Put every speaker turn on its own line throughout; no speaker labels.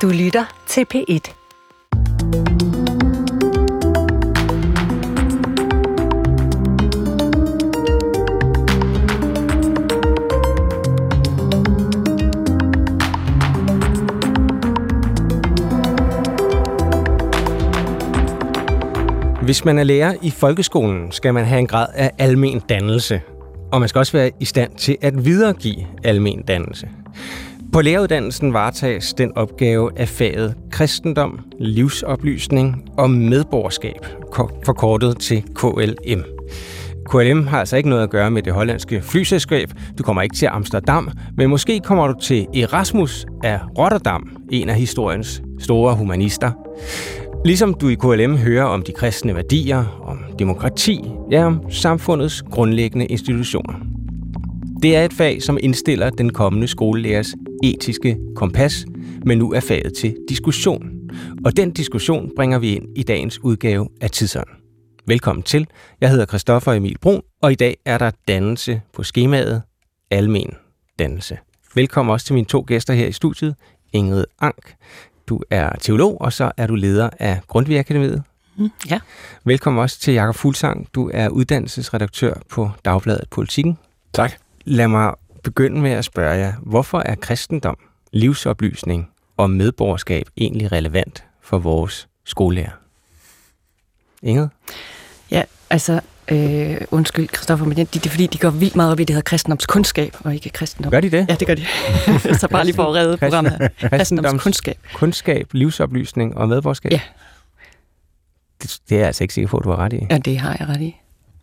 Du lytter til P1.
Hvis man er lærer i folkeskolen, skal man have en grad af almen dannelse, og man skal også være i stand til at videregive almen dannelse. På læreruddannelsen varetages den opgave af faget kristendom, livsoplysning og medborgerskab, forkortet til KLM. KLM har altså ikke noget at gøre med det hollandske flyselskab. Du kommer ikke til Amsterdam, men måske kommer du til Erasmus af Rotterdam, en af historiens store humanister. Ligesom du i KLM hører om de kristne værdier, om demokrati, ja, om samfundets grundlæggende institutioner. Det er et fag, som indstiller den kommende skolelærers etiske kompas, men nu er faget til diskussion. Og den diskussion bringer vi ind i dagens udgave af Tidsånd. Velkommen til. Jeg hedder Christoffer Emil Brun, og i dag er der dannelse på skemaet, almen dannelse. Velkommen også til mine to gæster her i studiet. Ingrid Ank, du er teolog, og så er du leder af Grundtvig Akademiet.
Ja.
Velkommen også til Jakob Fuglsang. Du er uddannelsesredaktør på Dagbladet Politikken.
Tak.
Lad mig begynde med at spørge jer, hvorfor er kristendom, livsoplysning og medborgerskab egentlig relevant for vores skolelærer? Ingrid?
Ja, altså, undskyld Christoffer, men det er fordi, de går vildt meget op i, det hedder kristendomskundskab, og ikke kristendom.
Gør de det?
Ja, det gør de. Så bare lige for at redde programmet her. Kristendomskundskab.
Kundskab, livsoplysning og medborgerskab?
Ja.
Det er jeg altså ikke sikker på, at du har ret i.
Ja, det har jeg ret i.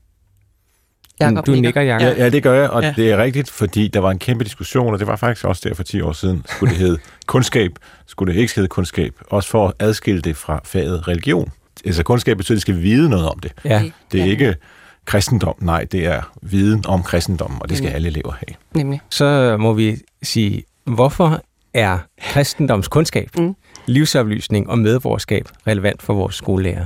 Jakob, du nikker, Jakob.
Ja, det gør jeg, og det er rigtigt, fordi der var en kæmpe diskussion, og det var faktisk også der for 10 år siden. Skulle det hedde kundskab? Skulle det ikke hedde kundskab? Også for at adskille det fra faget religion. Altså kundskab betyder, at de skal vide noget om det.
Ja.
Det er ikke kristendom, nej, det er viden om kristendommen, og det skal alle elever have.
Nemlig.
Så må vi sige, hvorfor er kristendomskundskab, livsoplysning og medborgerskab relevant for vores skolelærer?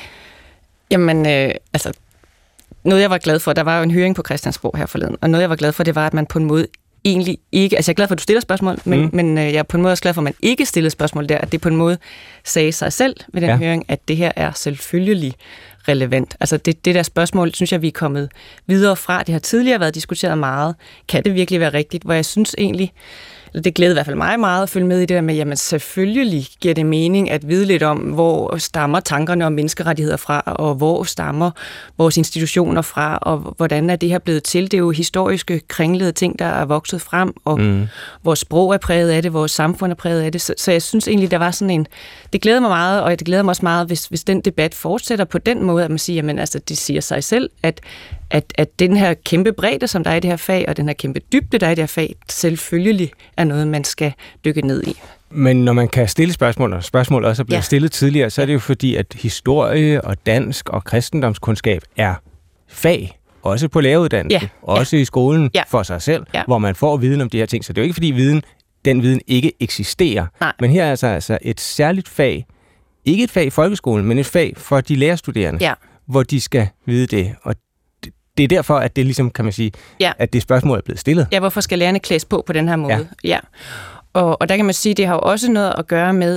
Jamen, altså, noget jeg var glad for, der var jo en høring på Christiansborg her forleden, og noget jeg var glad for, det var, at man på en måde egentlig ikke, altså jeg er glad for, at du stiller spørgsmål, men jeg er på en måde også glad for, at man ikke stillede spørgsmål der, at det på en måde sagde sig selv ved den høring, at det her er selvfølgelig relevant. Altså det der spørgsmål, synes jeg, vi er kommet videre fra. Det har tidligere været diskuteret meget. Kan det virkelig være rigtigt? Hvor jeg synes egentlig, det glæder i hvert fald mig meget at følge med i det der med, jamen selvfølgelig giver det mening at vide lidt om, hvor stammer tankerne om menneskerettigheder fra, og hvor stammer vores institutioner fra, og hvordan er det her blevet til. Det er jo historiske, kringlede ting, der er vokset frem, og vores sprog er præget af det, vores samfund er præget af det. Så jeg synes egentlig, der var sådan en... Det glæder mig meget, og det glæder mig også meget, hvis den debat fortsætter på den måde, at man siger, jamen altså, det siger sig selv, at den her kæmpe bredde, som der er i det her fag, og den her kæmpe dybde, der er i det her fag, selvfølgelig er noget, man skal dykke ned i.
Men når man kan stille spørgsmål, og spørgsmål også er blevet stillet tidligere, så er det jo fordi, at historie og dansk og kristendomskundskab er fag, også på læreruddannelsen, også i skolen for sig selv, hvor man får viden om de her ting. Så det er jo ikke fordi den viden ikke eksisterer. Nej. Men her er altså et særligt fag, ikke et fag i folkeskolen, men et fag for de lærerstuderende, hvor de skal vide det. Og det er derfor, at det ligesom, kan man sige, at det spørgsmål er blevet stillet.
Ja, hvorfor skal lærerne klædes på den her måde? Ja. Og der kan man sige, det har jo også noget at gøre med,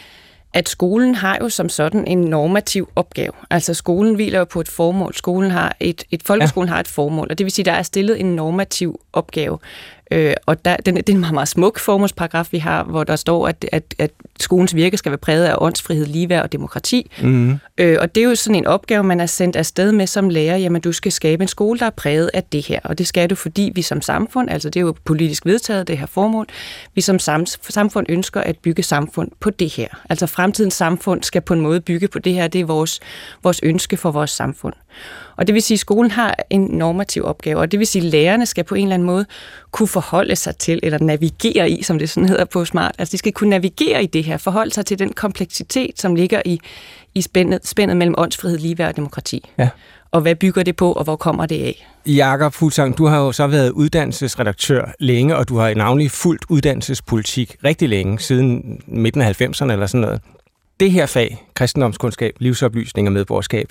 at skolen har jo som sådan en normativ opgave. Altså skolen hviler jo på et formål. Folkeskolen har et formål, og det vil sige, der er stillet en normativ opgave. Og det er en meget, meget smuk formålsparagraf, vi har, hvor der står, at skolens virke skal være præget af åndsfrihed, ligeværd og demokrati. Og det er jo sådan en opgave, man er sendt afsted med som lærer. Jamen, du skal skabe en skole, der er præget af det her. Og det skal du, fordi vi som samfund, altså det er jo politisk vedtaget, det her formål, vi som samfund ønsker at bygge samfund på det her. Altså fremtidens samfund skal på en måde bygge på det her. Det er vores ønske for vores samfund. Og det vil sige, at skolen har en normativ opgave, og det vil sige, at lærerne skal på en eller anden måde kunne forholde sig til, eller navigere i, som det sådan hedder på smart. Altså de skal kunne navigere i det her, forholde sig til den kompleksitet, som ligger i spændet mellem åndsfrihed, ligeværd og demokrati. Ja. Og hvad bygger det på, og hvor kommer det af?
Jakob Fuglsang, du har jo så været uddannelsesredaktør længe, og du har navnlig fulgt uddannelsespolitik rigtig længe, siden midten af 90'erne eller sådan noget. Det her fag, kristendomskundskab, livsoplysning og medborgerskab,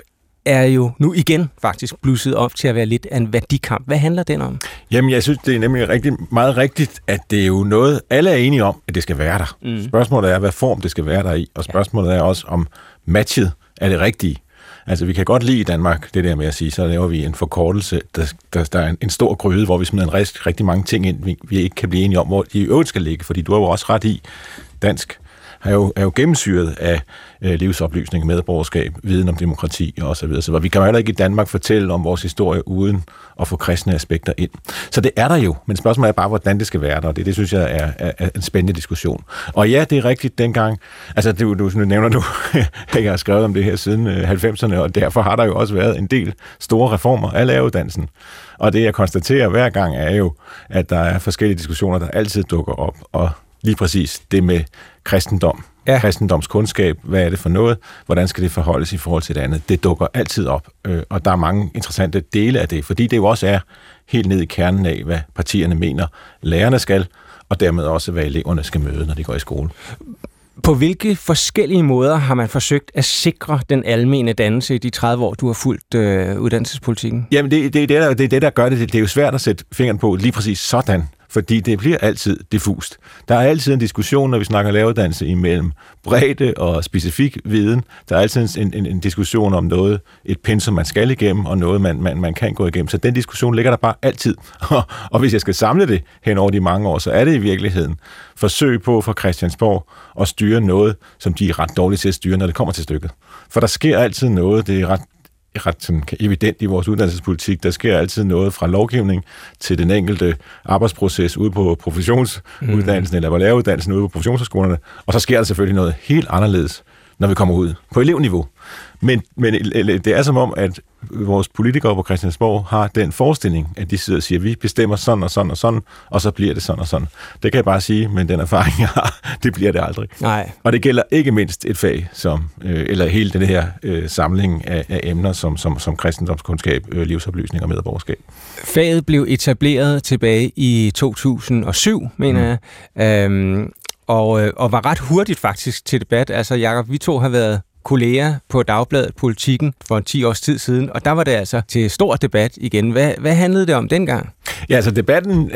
er jo nu igen faktisk blusset op til at være lidt af en værdikamp. Hvad handler den om?
Jamen, jeg synes, det er nemlig meget rigtigt, at det er jo noget, alle er enige om, at det skal være der. Spørgsmålet er, hvad form det skal være der i, og spørgsmålet er også, om matchet er det rigtige. Altså, vi kan godt lide i Danmark det der med at sige, så laver vi en forkortelse, der er en stor gryde, hvor vi smider rigtig mange ting ind, vi ikke kan blive enige om, hvor de i øvrigt skal ligge, fordi du har jo også ret i, dansk er jo gennemsyret af livsoplysning, medborgerskab, viden om demokrati og så videre. Så vi kan jo heller ikke i Danmark fortælle om vores historie uden at få kristne aspekter ind. Så det er der jo, men spørgsmålet er bare, hvordan det skal være der, og det synes jeg er en spændende diskussion. Og ja, det er rigtigt dengang, altså du nævner nu, jeg har skrevet om det her siden 90'erne, og derfor har der jo også været en del store reformer af læreruddannelsen. Og det jeg konstaterer hver gang er jo, at der er forskellige diskussioner, der altid dukker op, og lige præcis det med kristendom, kristendomskundskab, hvad er det for noget, hvordan skal det forholdes i forhold til det andet, det dukker altid op, og der er mange interessante dele af det, fordi det jo også er helt ned i kernen af, hvad partierne mener, lærerne skal, og dermed også, hvad eleverne skal møde, når de går i skole.
På hvilke forskellige måder har man forsøgt at sikre den almene dannelse i de 30 år, du har fulgt uddannelsespolitikken? Jamen,
det er det, der gør det. Det er jo svært at sætte fingeren på lige præcis sådan, fordi det bliver altid diffust. Der er altid en diskussion, når vi snakker læreruddannelse, imellem bredde og specifik viden. Der er altid en diskussion om noget, et pensum, man skal igennem, og noget, man kan gå igennem. Så den diskussion ligger der bare altid. Og hvis jeg skal samle det hen over de mange år, så er det i virkeligheden forsøg på fra Christiansborg at styre noget, som de er ret dårlige til at styre, når det kommer til stykket. For der sker altid noget, det er ret sådan evident i vores uddannelsespolitik. Der sker altid noget fra lovgivning til den enkelte arbejdsproces ude på professionsuddannelsen eller på læreruddannelsen ude på professionshøjskolerne, og så sker der selvfølgelig noget helt anderledes, når vi kommer ud på elevniveau. Men det er som om, at vores politikere på Christiansborg har den forestilling, at de sidder og siger, at vi bestemmer sådan og sådan og sådan, og så bliver det sådan og sådan. Det kan jeg bare sige, men den erfaring, jeg har, det bliver det aldrig.
Nej.
Og det gælder ikke mindst et fag, eller hele den her samling af emner, som kristendomskundskab, livsoplysning og medborgerskab.
Faget blev etableret tilbage i 2007, mener jeg, og var ret hurtigt faktisk til debat. Altså, Jakob, vi to har været kolleger på Dagbladet Politikken for 10 års tid siden, og der var det altså til stor debat igen. Hvad handlede det om dengang?
Ja, altså debatten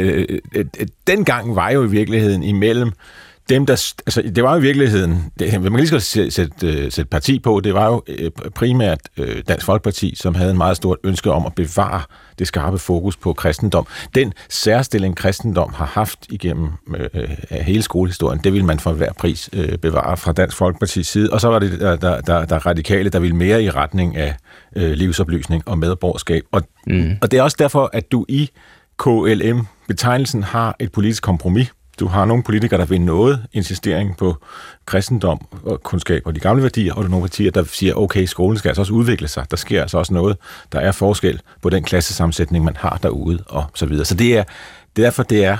dengang var jo i virkeligheden imellem dem, der... Altså, det var jo i virkeligheden... Man kan lige så sætte parti på. Det var jo primært Dansk Folkeparti, som havde en meget stort ønske om at bevare det skarpe fokus på kristendom. Den særstilling, kristendom har haft igennem hele skolehistorien, det ville man for hver pris bevare fra Dansk Folkepartis side. Og så var det der radikale, der ville mere i retning af livsoplysning og medborgerskab. Og det er også derfor, at du i KLM-betegnelsen har et politisk kompromis. Du har nogle politikere, der vil noget insistering på kristendom og kundskab og de gamle værdier, og der er nogle partier, der siger, okay, skolen skal altså også udvikle sig. Der sker altså også noget. Der er forskel på den klassesammensætning, man har derude, og så videre. Så det er derfor, det er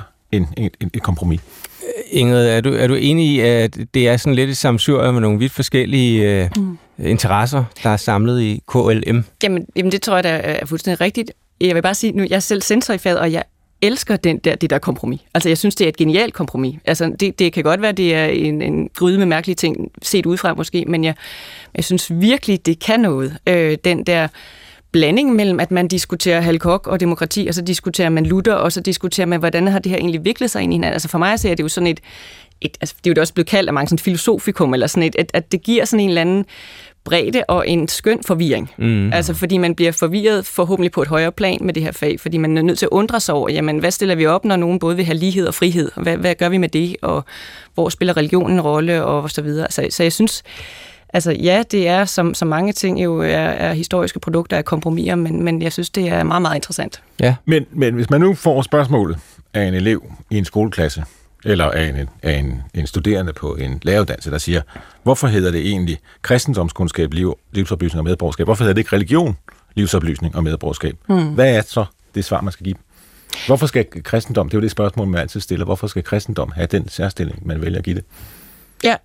et kompromis.
Ingrid, er du enig i, at det er sådan lidt et sammensurium med nogle vidt forskellige interesser, der er samlet i KLM?
Jamen det tror jeg, der er fuldstændig rigtigt. Jeg vil bare sige, nu jeg er selv censor i faget, og jeg elsker det der kompromis. Altså, jeg synes, det er et genialt kompromis. Altså, det kan godt være, det er en gryde med mærkelige ting, set udefra måske, men jeg synes virkelig, det kan noget. Den der blanding mellem, at man diskuterer Hal Koch og demokrati, og så diskuterer man Luther, og så diskuterer man, hvordan har det her egentlig viklet sig ind i hinanden. Altså, for mig så er det jo sådan altså, det er jo også blevet kaldt af mange sådan filosofikum, eller sådan at det giver sådan en eller anden bredde og en skøn forvirring. Altså, fordi man bliver forvirret forhåbentlig på et højere plan med det her fag, fordi man er nødt til at undre sig over, jamen, hvad stiller vi op, når nogen både vil have lighed og frihed? Hvad gør vi med det? Og hvor spiller religionen en rolle? Og så videre. Så jeg synes, altså ja, det er, som mange ting jo er historiske produkter af kompromiser, men jeg synes, det er meget, meget interessant.
Ja.
Men hvis man nu får spørgsmålet af en elev i en skoleklasse, eller af en studerende på en læreruddannelse, der siger, hvorfor hedder det egentlig kristendomskundskab, livsoplysning og medborgerskab? Hvorfor hedder det ikke religion, livsoplysning og medborgerskab? Hvad er så det svar, man skal give? Hvorfor skal kristendom, det er jo det spørgsmål, man altid stiller, hvorfor skal kristendom have den særstilling, man vælger at give det?
Ja,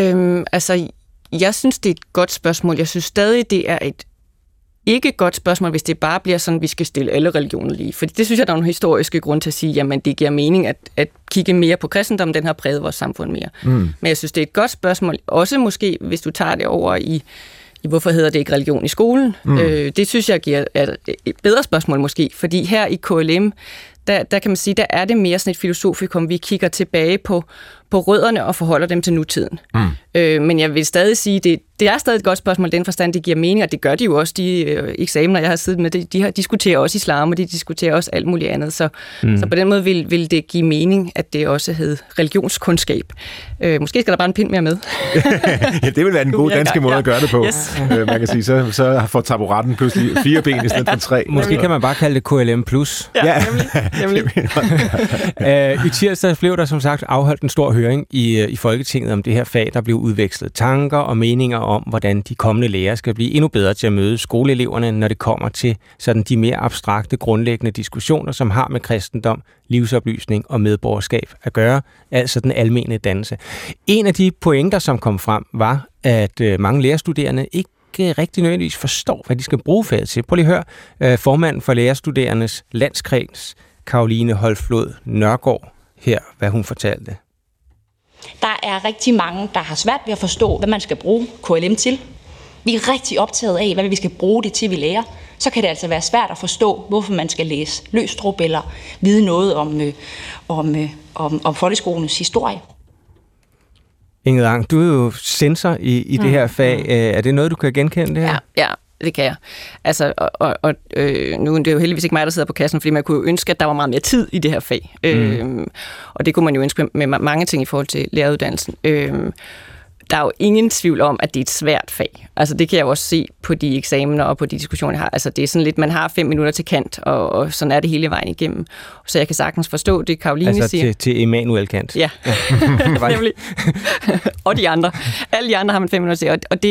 altså, jeg synes, det er et godt spørgsmål. Jeg synes stadig, det er et ikke et godt spørgsmål, hvis det bare bliver sådan, at vi skal stille alle religioner lige. Fordi det synes jeg, der er nogle historiske grund til at sige, jamen det giver mening at kigge mere på kristendom, den har præget vores samfund mere. Men jeg synes, det er et godt spørgsmål, også måske, hvis du tager det over hvorfor hedder det ikke religion i skolen? Det synes jeg giver et bedre spørgsmål måske, fordi her i KLM, der kan man sige, der er det mere sådan et filosofikum, vi kigger tilbage på rødderne og forholder dem til nutiden. Men jeg vil stadig sige, det er stadig et godt spørgsmål, den forstand, det giver mening, og det gør de jo også, de eksamener, jeg har siddet med, de diskuterer også islam, og de diskuterer også alt muligt andet, så på den måde vil det give mening, at det også hed religionskundskab. Måske skal der bare en pind mere med.
Ja, det vil være en god danske måde at gøre det på. Yes. Man kan sige, så får taburetten pludselig 4 ben i stedet for 3.
Måske kan man bare kalde det KLM+.
Ja, nemlig.
I tirsdag blev der som sagt afholdt en stor høring i Folketinget om det her fag, der blev udvekslet tanker og meninger om, hvordan de kommende lærere skal blive endnu bedre til at møde skoleeleverne, når det kommer til sådan de mere abstrakte, grundlæggende diskussioner, som har med kristendom, livsoplysning og medborgerskab at gøre, altså den almene dannelse. En af de pointer, som kom frem, var, at mange lærerstuderende ikke rigtig nødvendigvis forstår, hvad de skal bruge faget til. Prøv lige at høre formanden for lærerstuderendes landskreds, Caroline Holflod Nørgaard, her, hvad hun fortalte.
Der er rigtig mange, der har svært ved at forstå, hvad man skal bruge KLM til. Vi er rigtig optaget af, hvad vi skal bruge det til, vi lærer. Så kan det altså være svært at forstå, hvorfor man skal læse Løgstrup eller vide noget om folkeskolens historie. Ingrid
Ang, du er jo censor i det her fag. Er det noget, du kan genkende det her?
Ja. Det kan jeg. Altså, nu er det jo heldigvis ikke mig, der sidder på kassen, fordi man kunne jo ønske, at der var meget mere tid i det her fag. Og det kunne man jo ønske med mange ting i forhold til læreruddannelsen. Der er jo ingen tvivl om, at det er et svært fag. Altså, det kan jeg jo også se på de eksamener og på de diskussioner, jeg har. Altså, det er sådan lidt, man har 5 minutter til kant, og sådan er det hele vejen igennem. Så jeg kan sagtens forstå det, Caroline siger.
Altså til Emanuel Kant?
Ja, nemlig. Og de andre. Alle de andre har man 5 minutter til, og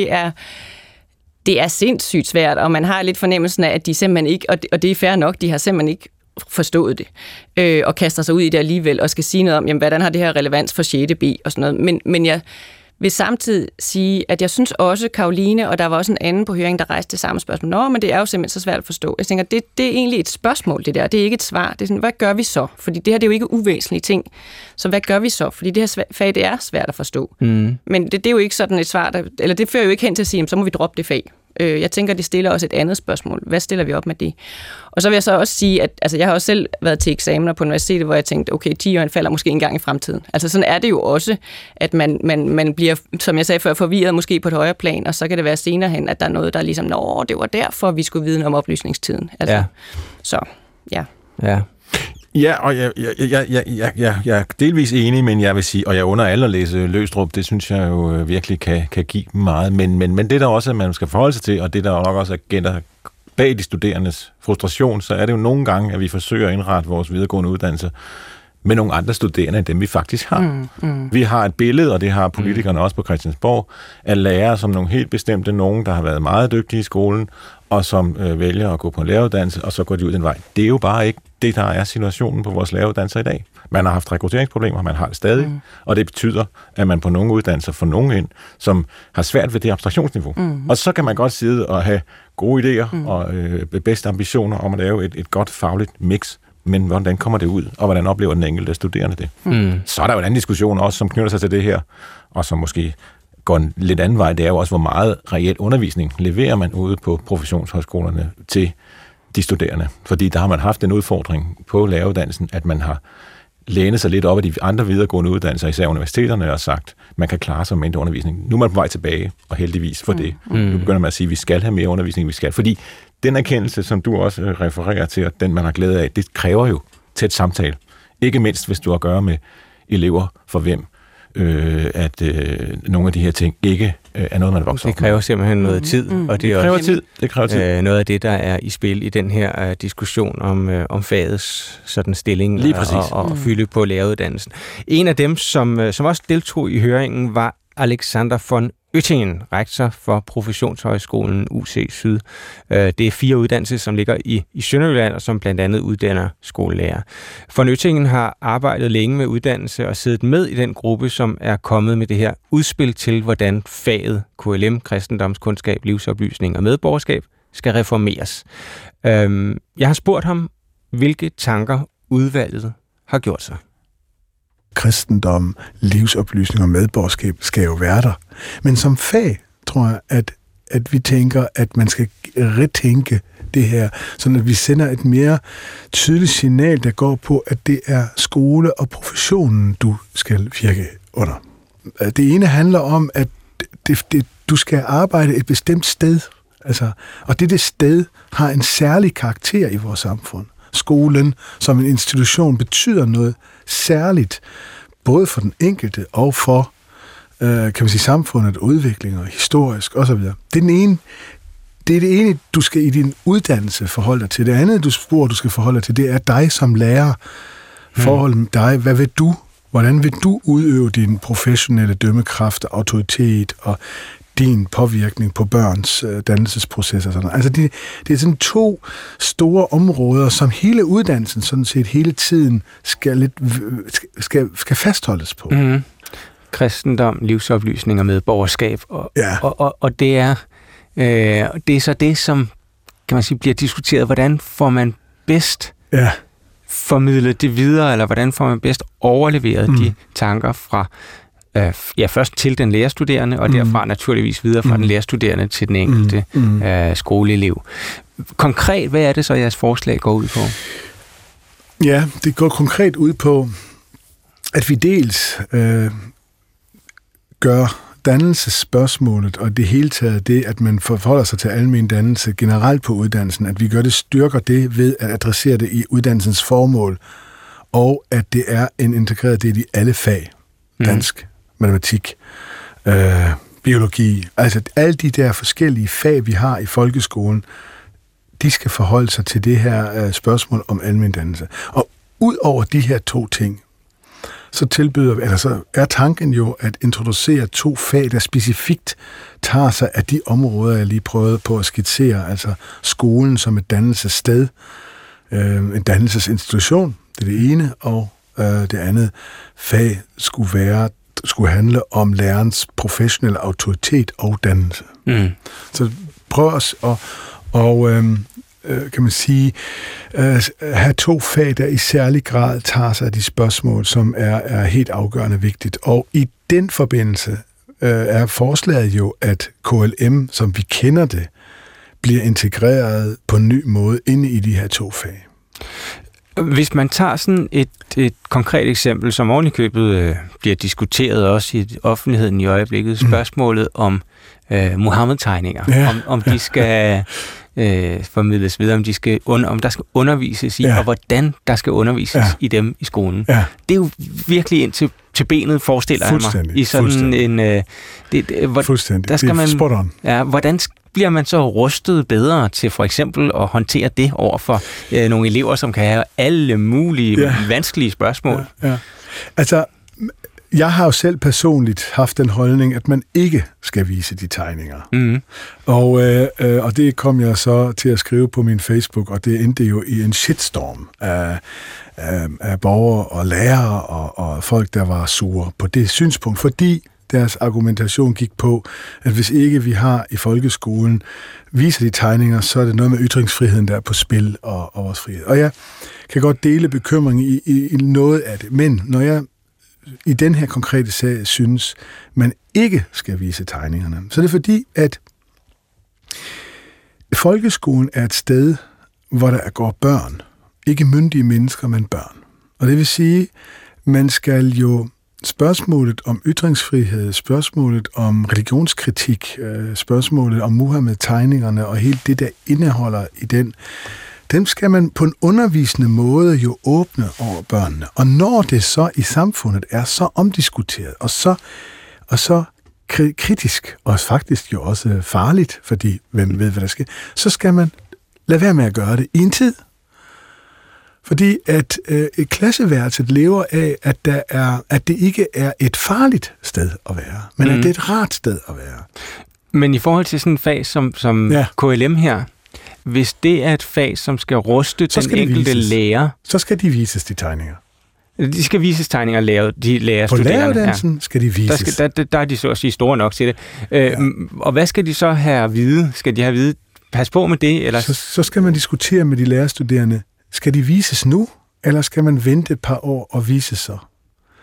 det er sindssygt svært, og man har lidt fornemmelsen af, at de simpelthen ikke, og det er fair nok, de har simpelthen ikke forstået det, og kaster sig ud i det alligevel, og skal sige noget om, jamen, hvordan har det her relevans for 6. B, og sådan noget. Men jeg vil samtidig sige, at jeg synes også, Caroline, og der var også en anden på høringen, der rejste det samme spørgsmål. Men det er jo simpelthen så svært at forstå. Jeg tænker, det er egentlig et spørgsmål, det der. Det er ikke et svar. Det er sådan, hvad gør vi så? Fordi det her, det er jo ikke uvæsentlige ting. Så hvad gør vi så? Fordi det her fag, det er svært at forstå. Men det er jo ikke sådan et svar, eller det fører jo ikke hen til at sige, så må vi droppe det fag. Jeg tænker, det stiller også et andet spørgsmål. Hvad stiller vi op med det? Og så vil jeg så også sige, at altså, jeg har også selv været til eksamener på universitetet, hvor jeg tænkte, okay, 10'eren falder måske en gang i fremtiden. Altså sådan er det jo også, at man bliver, som jeg sagde før, forvirret måske på et højere plan, og så kan det være senere hen, at der er noget, der ligesom, det var derfor, vi skulle vide om oplysningstiden. Altså, ja. Så, ja.
Ja.
Ja, og jeg er delvis enig, men jeg vil sige, og jeg under alle at læse Løgstrup, det synes jeg jo virkelig kan give meget, men det der også, at man skal forholde sig til, og det der nok også er bag de studerendes frustration, så er det jo nogle gange, at vi forsøger at indrette vores videregående uddannelse med nogle andre studerende end dem, vi faktisk har. Vi har et billede, og det har politikerne også på Christiansborg, af lærere som nogle helt bestemte, nogen, der har været meget dygtige i skolen, og som vælger at gå på en læreruddannelse, og så går de ud den vej. Det er jo bare ikke det, der er situationen på vores læreruddannelser i dag. Man har haft rekrutteringsproblemer, man har det stadig, og det betyder, at man på nogle uddannelser får nogen ind, som har svært ved det abstraktionsniveau. Og så kan man godt sidde og have gode idéer og bedste ambitioner om at lave et godt fagligt mix, men hvordan kommer det ud, og hvordan oplever den enkelte studerende det? Så er der jo en anden diskussion også, som knytter sig til det her, og som måske går en lidt anden vej, det er jo også, hvor meget reel undervisning leverer man ude på professionshøjskolerne til de studerende. Fordi der har man haft en udfordring på læreruddannelsen, at man har lænet sig lidt op af de andre videregående uddannelser, især universiteterne, og sagt, man kan klare sig med mindre undervisning. Nu er man på vej tilbage, og heldigvis for det. Nu begynder man at sige, at vi skal have mere undervisning, vi skal. Fordi den erkendelse, som du også refererer til, og den man har glæde af, det kræver jo tæt samtale. Ikke mindst, hvis du har at gøre med elever, for hvem at nogle af de her ting ikke er noget, man vokser op.
Det kræver simpelthen noget tid, og det kræver
tid. Det kræver tid.
Noget af det, der er i spil i den her diskussion om fagets sådan stilling og fylde på læreruddannelsen. En af dem, som også deltog i høringen, var Alexander von Oettingen, rektor for Professionshøjskolen UC Syd. Det er 4 uddannelser, som ligger i Sønderjylland, og som blandt andet uddanner skolelærer. Von Oettingen har arbejdet længe med uddannelse og siddet med i den gruppe, som er kommet med det her udspil til, hvordan faget KLM, kristendomskundskab, livsoplysning og medborgerskab, skal reformeres. Jeg har spurgt ham, hvilke tanker udvalget har gjort sig.
Kristendom, livsoplysning og medborgerskab skal jo være der. Men som fag tror jeg, at at vi tænker, at man skal retænke det her, sådan at vi sender et mere tydeligt signal, der går på, at det er skole og professionen, du skal virke under. Det ene handler om, at du skal arbejde et bestemt sted, altså, og det sted har en særlig karakter i vores samfund. Skolen som en institution betyder noget særligt, både for den enkelte og for kan man sige, samfundet, udvikling og historisk osv. Det er det ene, du skal i din uddannelse forholde dig til. Det andet, du skal forholde dig til, det er dig som lærer. Forholdet med dig. Hvad vil du? Hvordan vil du udøve din professionelle dømmekraft og autoritet og din påvirkning på børns dannelsesprocesser? Sådan. Altså det er sådan 2 store områder, som hele uddannelsen sådan set hele tiden skal fastholdes på.
Mm-hmm. Kristendom, livsoplysning og medborgerskab. Og det er så det, som kan man sige, bliver diskuteret. Hvordan får man bedst formidlet det videre, eller hvordan får man bedst overleveret de tanker fra først til den lærerstuderende, og derfra naturligvis videre fra den lærerstuderende til den enkelte skoleelev. Konkret, hvad er det så, jeres forslag går ud på?
Ja, det går konkret ud på, at vi dels gør dannelsesspørgsmålet, og det hele taget det, at man forholder sig til almen dannelse generelt på uddannelsen, at vi gør det, styrker det ved at adressere det i uddannelsens formål, og at det er en integreret del i alle fag. Dansk, matematik, biologi, altså alle de der forskellige fag, vi har i folkeskolen, de skal forholde sig til det her spørgsmål om almen dannelse. Og ud over de her 2 ting, så er tanken jo at introducere 2 fag, der specifikt tager sig af de områder, jeg lige prøvede på at skitsere, altså skolen som et dannelsessted, en dannelsesinstitution, det er det ene, og det andet fag skulle handle om lærerens professionelle autoritet og dannelse. Så prøv os kan man sige, have 2 fag, der i særlig grad tager sig af de spørgsmål, som er helt afgørende vigtigt. Og i den forbindelse er forslaget jo, at KLM, som vi kender det, bliver integreret på en ny måde inde i de her 2 fag.
Hvis man tager sådan et konkret eksempel, som ovenikøbet bliver diskuteret også i offentligheden i øjeblikket, spørgsmålet om Muhammed-tegninger, om de skal formidles videre, om der skal undervises i, og hvordan der skal undervises i dem i skolen. Ja. Det er jo virkelig ind til benet, forestiller jeg mig. I sådan en...
Fuldstændig.
Der skal man,
spot on.
Ja, hvordan bliver man så rustet bedre til for eksempel at håndtere det over for nogle elever, som kan have alle mulige vanskelige spørgsmål?
Ja. Altså, jeg har jo selv personligt haft den holdning, at man ikke skal vise de tegninger. Og det kom jeg så til at skrive på min Facebook, og det endte jo i en shitstorm af borgere og lærere og folk, der var sure på det synspunkt, fordi deres argumentation gik på, at hvis ikke vi har i folkeskolen viser de tegninger, så er det noget med ytringsfriheden, der er på spil og vores frihed. Og jeg kan godt dele bekymring i noget af det, men når jeg i den her konkrete sag synes, man ikke skal vise tegningerne, så er det fordi, at folkeskolen er et sted, hvor der går børn. Ikke myndige mennesker, men børn. Og det vil sige, man skal jo spørgsmålet om ytringsfrihed, spørgsmålet om religionskritik, spørgsmålet om Muhammed-tegningerne og helt det, der indeholder i den, dem skal man på en undervisende måde jo åbne over børnene. Og når det så i samfundet er så omdiskuteret, og så kritisk, og faktisk jo også farligt, fordi hvem ved, hvad der sker, så skal man lade være med at gøre det i en tid. Fordi at et klasseværelset lever af, at det ikke er et farligt sted at være, men at det er et rart sted at være.
Men i forhold til sådan et fag som KLM her, hvis det er et fag, som skal ruste den enkelte lærer...
Så skal de vises, de tegninger.
De skal vises tegninger, de lærerstuderende.
På læreruddannelsen skal de vises.
Der er de så at sige store nok til det. Og hvad skal de så have at vide? Skal de have at vide, pas på med det? Eller?
Så skal man diskutere med de lærerstuderende, skal de vises nu, eller skal man vente et par år og vise så?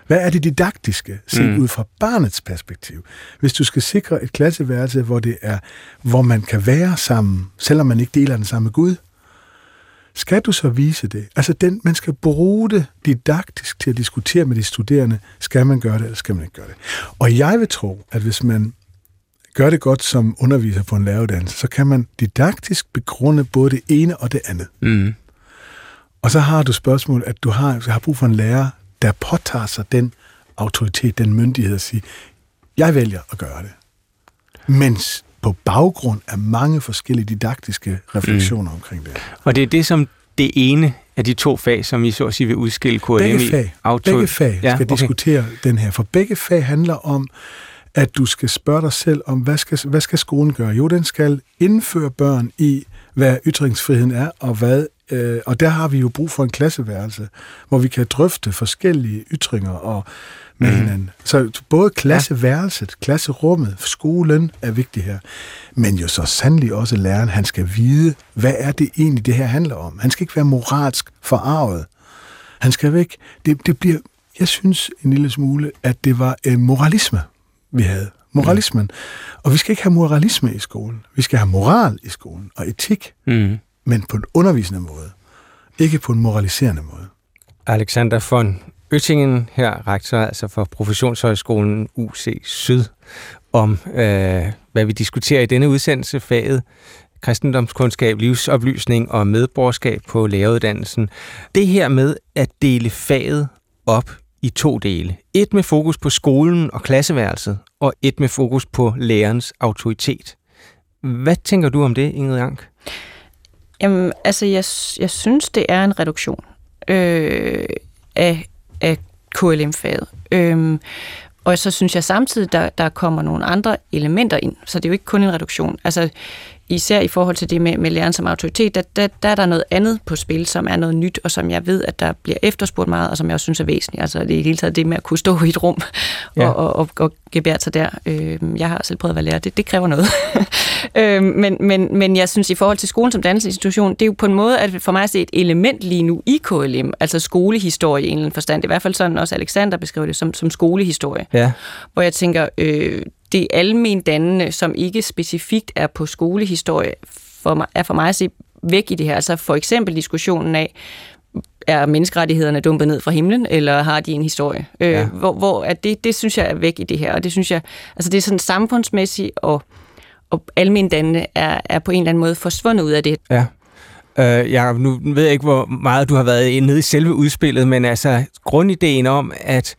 Hvad er det didaktiske, set ud fra barnets perspektiv? Hvis du skal sikre et klasseværelse, hvor man kan være sammen, selvom man ikke deler den samme Gud, skal du så vise det? Altså, man skal bruge det didaktisk til at diskutere med de studerende. Skal man gøre det, eller skal man ikke gøre det? Og jeg vil tro, at hvis man gør det godt som underviser på en læreruddannelse, så kan man didaktisk begrunde både det ene og det andet. Og så har du spørgsmål, at du har brug for en lærer, der påtager sig den autoritet, den myndighed at sige, jeg vælger at gøre det. Mens på baggrund af mange forskellige didaktiske refleksioner omkring det.
Og det er det, som det ene af de to fag, som I så at sige vil udskille KLM i.
Begge fag skal diskutere den her, for begge fag handler om, at du skal spørge dig selv om, hvad skal skolen gøre? Jo, den skal indføre børn i, hvad ytringsfriheden er, og der har vi jo brug for en klasseværelse, hvor vi kan drøfte forskellige ytringer og med hinanden. Så både klasseværelset, klasserummet, skolen er vigtig her, men jo så sandelig også læreren, han skal vide, hvad er det egentlig, det her handler om. Han skal ikke være moralsk forarvet. Han skal væk. Det bliver, jeg synes en lille smule, at det var en moralisme, vi havde. Moralismen. Og vi skal ikke have moralisme i skolen. Vi skal have moral i skolen og etik, men på en undervisende måde. Ikke på en moraliserende måde.
Alexander von Oettingen, her rektor altså for Professionshøjskolen UC Syd, om hvad vi diskuterer i denne udsendelse, faget kristendomskundskab, livsoplysning og medborgerskab på læreruddannelsen. Det her med at dele faget op i to dele. Et med fokus på skolen og klasseværelset, og et med fokus på lærerens autoritet. Hvad tænker du om det, Ingrid Ank?
Jamen, altså, jeg synes, det er en reduktion af KLM-faget. Og så synes jeg samtidig, der kommer nogle andre elementer ind, så det er jo ikke kun en reduktion. Altså, især i forhold til det med læreren som autoritet, der er der noget andet på spil, som er noget nyt, og som jeg ved, at der bliver efterspurgt meget, og som jeg også synes er væsentligt. Altså, det er i hele taget det med at kunne stå i et rum og gebære sig der. Jeg har selv prøvet at være lærer. Det kræver noget. Men jeg synes, i forhold til skolen som dannelsesinstitution, det er jo på en måde, at for mig at se et element lige nu i KLM, altså skolehistorie i en eller anden forstand. Det er i hvert fald sådan, også Alexander beskriver det som skolehistorie. Ja. Hvor jeg tænker, det almen dannende, som ikke specifikt er på skolehistorie, er for mig at se væk i det her. Altså for eksempel diskussionen af, er menneskerettighederne dumpet ned fra himlen, eller har de en historie? Hvor at det synes jeg er væk i det her, og det synes jeg, altså det er sådan samfundsmæssigt og almen dannende er på en eller anden måde forsvundet ud af det.
Ja. Jacob, nu ved jeg ikke, hvor meget du har været nede i selve udspillet, men altså grundideen om at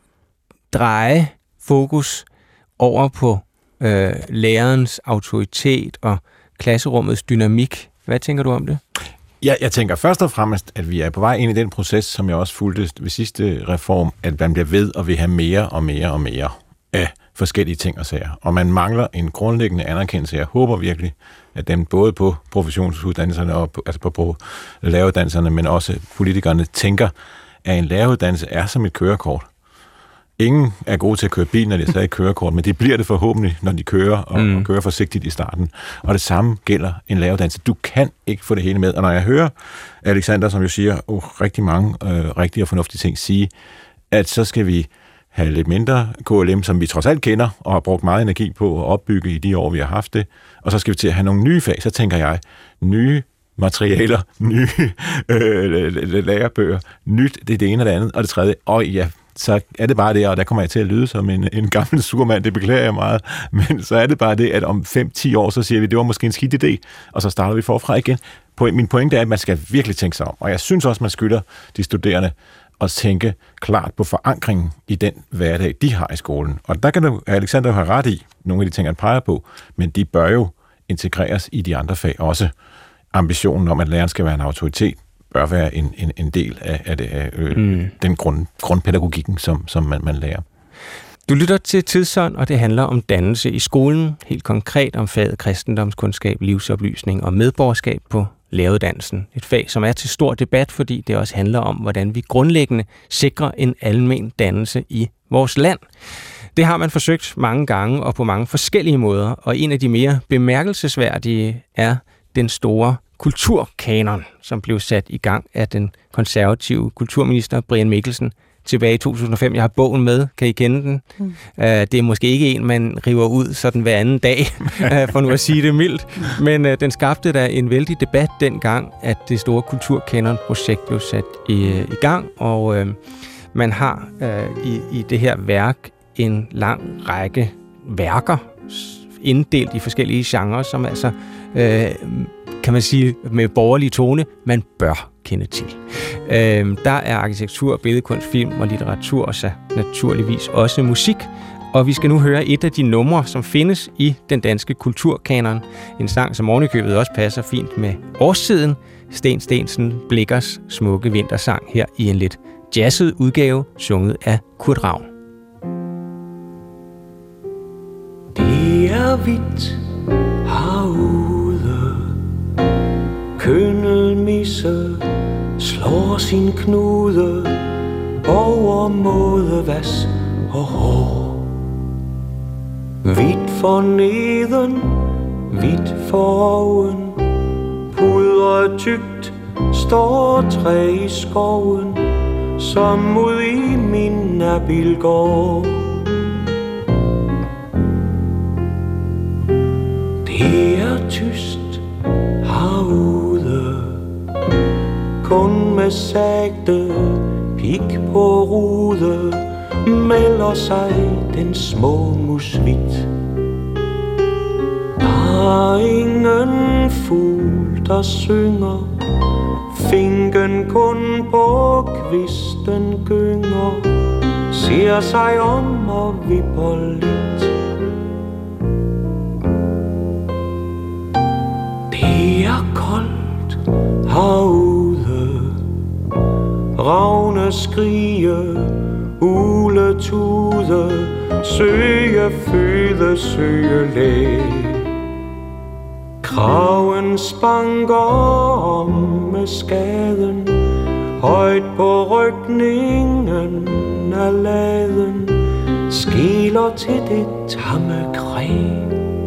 dreje fokus over på lærerens autoritet og klasserummets dynamik. Hvad tænker du om det?
Ja, jeg tænker først og fremmest, at vi er på vej ind i den proces, som jeg også fulgte ved sidste reform, at man bliver ved og vil have mere og mere og mere af forskellige ting og sager. Og man mangler en grundlæggende anerkendelse. Jeg håber virkelig, at dem både på professionsuddannelserne og på læreruddannelserne, men også politikerne tænker, at en læreruddannelse er som et kørekort. Ingen er gode til at køre bil, når de har taget kørekort, men de bliver det forhåbentlig, når de kører og kører forsigtigt i starten. Og det samme gælder en læreruddannelse. Du kan ikke få det hele med. Og når jeg hører Alexander, som jo siger rigtig mange rigtige og fornuftige ting, sige, at så skal vi have lidt mindre KLM, som vi trods alt kender og har brugt meget energi på at opbygge i de år, vi har haft det, og så skal vi til at have nogle nye fag. Så tænker jeg, nye materialer, nye lærebøger, nyt, det er det ene og det andet, og det tredje, så er det bare det, og der kommer jeg til at lyde som en gammel surmand, det beklager jeg meget, men så er det bare det, at om 5-10 år, så siger vi, det var måske en skidt idé, og så starter vi forfra igen. Min pointe er, at man skal virkelig tænke sig om, og jeg synes også, man skylder de studerende at tænke klart på forankringen i den hverdag, de har i skolen. Og der kan du, Alexander, have ret i nogle af de ting, han peger på, men de bør jo integreres i de andre fag også. Ambitionen om, at læreren skal være en autoritet, bør være en del af den grundpædagogikken, som man lærer.
Du lytter til Tidsånd, og det handler om dannelse i skolen, helt konkret om faget kristendomskundskab, livsoplysning og medborgerskab på læreruddannelsen. Et fag, som er til stor debat, fordi det også handler om, hvordan vi grundlæggende sikrer en almen dannelse i vores land. Det har man forsøgt mange gange og på mange forskellige måder, og en af de mere bemærkelsesværdige er den store kulturkanon, som blev sat i gang af den konservative kulturminister Brian Mikkelsen tilbage i 2005. Jeg har bogen med. Kan I kende den? Det er måske ikke en, man river ud sådan hver anden dag, for nu at sige det mildt. Men den skabte da en vældig debat dengang, at det store Kulturkanon-projekt blev sat i gang. Og man har i det her værk en lang række værker, inddelt i forskellige genrer, som altså, kan man sige, med borgerlig tone, man bør kende til. Der er arkitektur, billedkunst, film og litteratur, og så naturligvis også musik. Og vi skal nu høre et af de numre, som findes i den danske kulturkanon. En sang, som ovenikøbet også passer fint med årstiden. Sten Steensen Blichers smukke vintersang her i en lidt jazzet udgave, sunget af Kurt Ravn.
Det er hvidt herude, kønnelmisse slår sin knude over mådevas og hår. Hvidt for neden, hvidt for oven, pudret tykt står træ i skoven, som ud i min Nabilgård. Det er tyst herude, kun med sagte pik på rude melder sig den små musvit. Der er ingen fugl, der synger, finken kun på kvisten gynger, ser sig om og vipper lidt. Det er koldt herude, ravne skrige, uletude, søge føde, søge læg. Kraven spanker om med skaden, højt på rygningen af laden, skiler til det tamme kræg.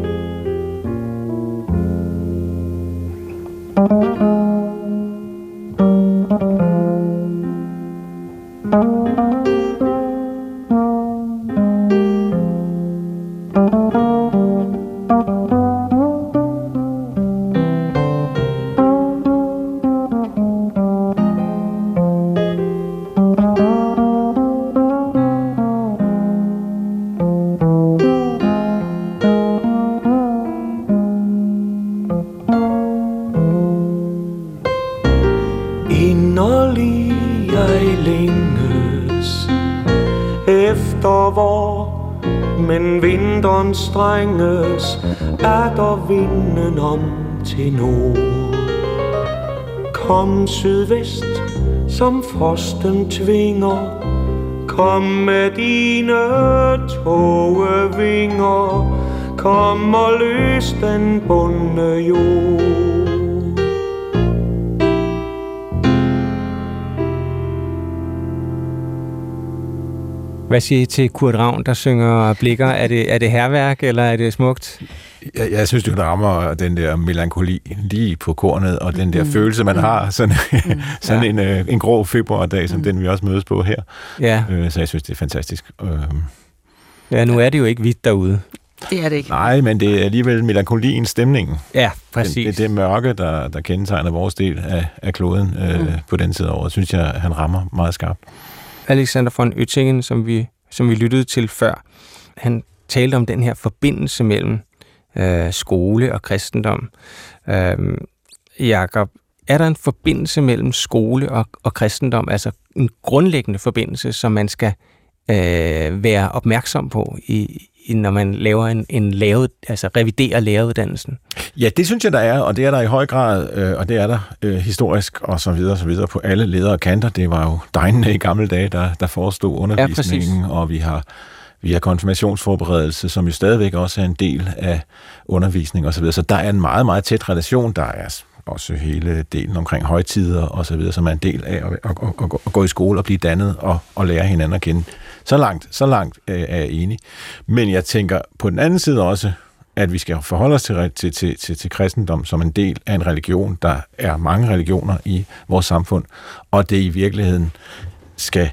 Men vinteren strenges, er der vinden om til nord. Kom sydvest, som frosten tvinger, kom med dine tågevinger, kom og løs den bundne jord.
Hvad siger I til Kurt Ravn, der synger Blicher? Er det hærværk, eller er det smukt?
Jeg synes, det rammer den der melankoli lige på kornet, og den der følelse, man har sådan en grå februardag, som den vi også mødes på her. Ja. Så jeg synes, det er fantastisk.
Ja, nu er det jo ikke hvidt derude.
Det er det ikke.
Nej, men det er alligevel melankoliens stemningen.
Ja, præcis.
Det mørke, der kendetegner vores del af kloden på den side af året, synes jeg, han rammer meget skarpt.
Alexander von Oettingen, som vi lyttede til før, han talte om den her forbindelse mellem skole og kristendom. Jakob, er der en forbindelse mellem skole og kristendom, altså en grundlæggende forbindelse, som man skal være opmærksom på, når man laver reviderer læreruddannelsen?
Ja, det synes jeg, der er, og det er der i høj grad, og det er der historisk og så videre på alle ledere og kanter. Det var jo drengene i gamle dage, der forestod undervisningen, og vi har konfirmationsforberedelse, som jo stadigvæk også er en del af undervisning og så videre. Så der er en meget, meget tæt relation. Der er også hele delen omkring højtider og så videre, som er en del af at gå i skole og blive dannet og lære hinanden at kende. Så langt er jeg enig. Men jeg tænker på den anden side også, at vi skal forholde os til kristendom som en del af en religion. Der er mange religioner i vores samfund, og det i virkeligheden skal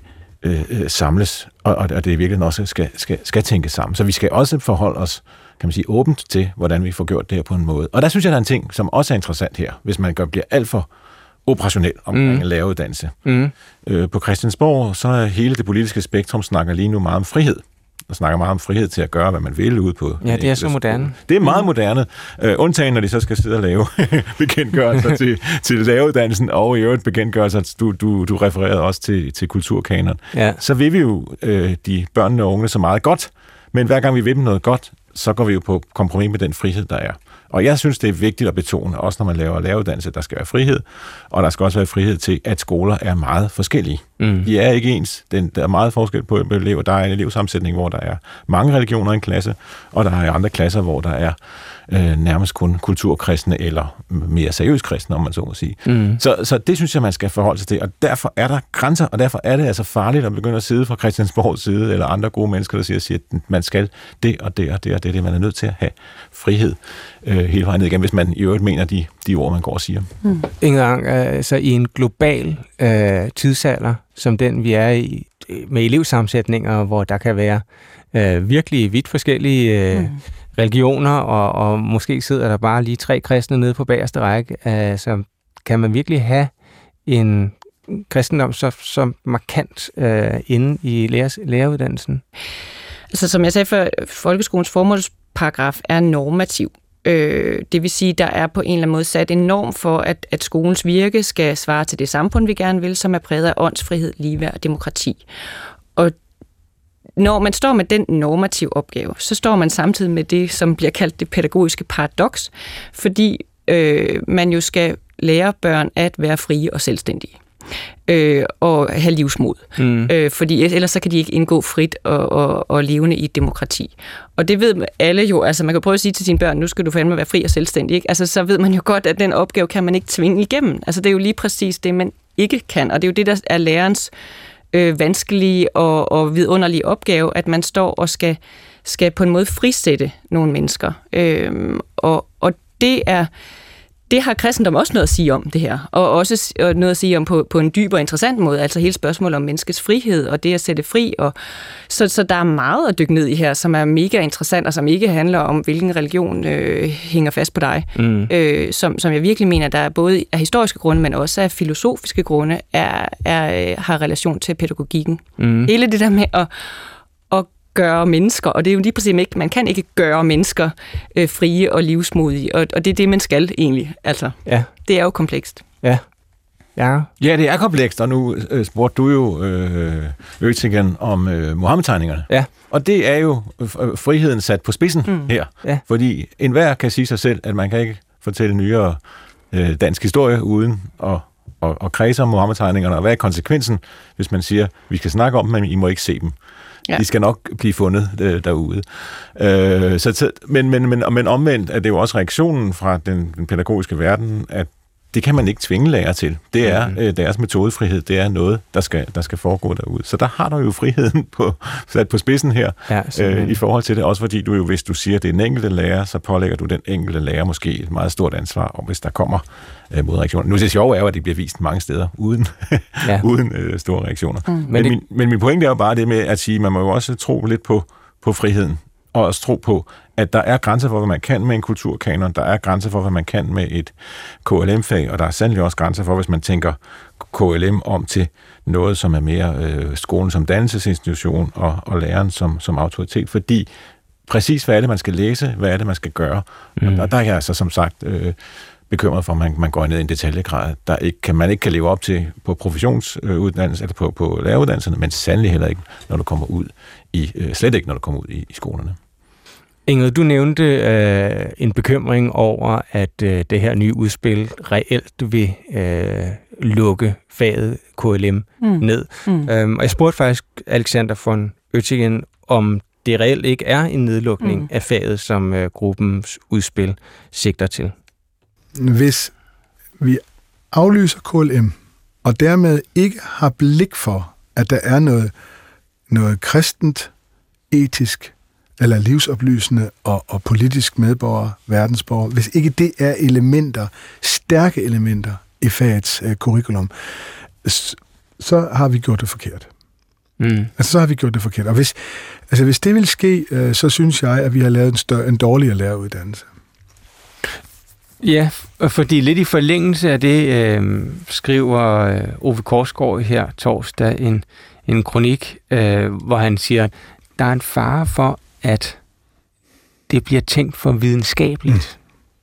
samles, og det virkelig også skal tænkes sammen. Så vi skal også forholde os, kan man sige, åbent til, hvordan vi får gjort det her på en måde. Og der synes jeg, der er en ting, som også er interessant her, hvis man bliver alt for operationel omkring en læreruddannelse. På Christiansborg, så er hele det politiske spektrum snakker lige nu meget om frihed. Og snakker meget om frihed til at gøre, hvad man vil ude på.
Ja, det er så moderne.
Det er meget moderne. Undtagen, når de så skal sidde og lave bekendtgørelser til læreruddannelsen, og i øvrigt bekendtgørelser, du refererede også til kulturkanon. Ja. Så vil vi jo de børnene og unge så meget godt, men hver gang vi vil dem noget godt, så går vi jo på kompromis med den frihed, der er. Og jeg synes, det er vigtigt at betone, også når man laver læreruddannelse, der skal være frihed, og der skal også være frihed til, at skoler er meget forskellige. De er ikke ens. Der er meget forskel på elever. Der er en elevsammensætning, hvor der er mange religioner i en klasse, og der er andre klasser, hvor der er nærmest kun kulturkristne eller mere seriøst kristne, om man så må sige. Så det synes jeg, man skal forholde sig til, og derfor er der grænser, og derfor er det altså farligt at begynde at sidde fra Christiansborgs side, eller andre gode mennesker, der siger, at man skal det og det og det og det. Man er nødt til at have frihed hele vejen ned igen, hvis man i øvrigt mener de ord, man går og siger.
Inge, altså i en global tidsalder, som den vi er i, med elevsammensætninger, hvor der kan være virkelig vidt forskellige religioner, og måske sidder der bare lige 3 kristne nede på bagerste række. Så kan man virkelig have en kristendom så markant inde i læreruddannelsen?
Altså, som jeg sagde før, folkeskolens formålsparagraf er normativ. Det vil sige, der er på en eller anden måde sat en norm for, at skolens virke skal svare til det samfund, vi gerne vil, som er præget af åndsfrihed, ligeværd og demokrati. Og når man står med den normative opgave, så står man samtidig med det, som bliver kaldt det pædagogiske paradoks, fordi man jo skal lære børn at være frie og selvstændige. Og have livsmod. Fordi ellers så kan de ikke indgå frit og levende i et demokrati. Og det ved alle jo, altså man kan prøve at sige til sine børn, nu skal du fandme være fri og selvstændig, ikke? Altså så ved man jo godt, at den opgave kan man ikke tvinge igennem. Altså det er jo lige præcis det, man ikke kan, og det er jo det, der er lærerens vanskelige og vidunderlige opgave, at man står og skal på en måde frisætte nogle mennesker. Og det har kristendom også noget at sige om det her, og også noget at sige om på en dyb og interessant måde, altså hele spørgsmålet om menneskets frihed og det at sætte fri. Og så der er meget at dykke ned i her, som er mega interessant, og som ikke handler om, hvilken religion hænger fast på dig. Som jeg virkelig mener, der er både af historiske grunde, men også af filosofiske grunde, har relation til pædagogikken. Hele det der med at gøre mennesker, og det er jo lige præcis ikke, man kan ikke gøre mennesker frie og livsmodige, og det er det, man skal egentlig. Altså, det er jo komplekst.
Ja,
det er komplekst, og nu spurgte du jo Øtingen om Muhammed-tegningerne. Ja. Og det er jo friheden sat på spidsen her, fordi enhver kan sige sig selv, at man kan ikke fortælle nyere dansk historie uden at kredse om Muhammed-tegningerne, og hvad er konsekvensen, hvis man siger, vi skal snakke om dem, men I må ikke se dem. Ja. De skal nok blive fundet derude. Men omvendt er det jo også reaktionen fra den pædagogiske verden, at det kan man ikke tvinge lærer til. Det er deres metodefrihed, det er noget, der skal foregå derude. Så der har du jo friheden sat på spidsen her, i forhold til det. Også fordi du jo, hvis du siger, at det er en enkelte lærer, så pålægger du den enkelte lærer måske et meget stort ansvar, og hvis der kommer modreaktioner. Nu det sjove er jo, at det bliver vist mange steder uden store reaktioner. Men min pointe er jo bare det med at sige, at man må jo også tro lidt på friheden, og også tro på, at der er grænser for, hvad man kan med en kulturkanon, der er grænser for, hvad man kan med et KLM-fag, og der er sandelig også grænser for, hvis man tænker KLM om til noget, som er mere skolen som dannelsesinstitution og læreren som autoritet, fordi præcis hvad er det, man skal læse, hvad er det, man skal gøre. Og der er jeg altså som sagt bekymret for, at man går ned i en detaljegrad, man ikke kan leve op til på professionsuddannelse eller på læreruddannelserne, men sandelig heller ikke, når du kommer ud slet ikke, når du kommer ud i skolerne.
Ingrid, du nævnte en bekymring over, at det her nye udspil reelt vil lukke faget KLM ned. Og jeg spurgte faktisk Alexander von Oettingen, om det reelt ikke er en nedlukning af faget, som gruppens udspil sigter til.
Hvis vi aflyser KLM, og dermed ikke har blik for, at der er noget kristent, etisk eller livsoplysende og politisk medborger, verdensborger, hvis ikke det er elementer, stærke elementer i fagets curriculum, så har vi gjort det forkert. Altså, så har vi gjort det forkert. Og hvis det vil ske, så synes jeg, at vi har lavet en dårligere læreruddannelse.
Ja, fordi lidt i forlængelse af det skriver Ove Korsgaard her torsdag en kronik, hvor han siger, der er en fare for, at det bliver tænkt for videnskabeligt.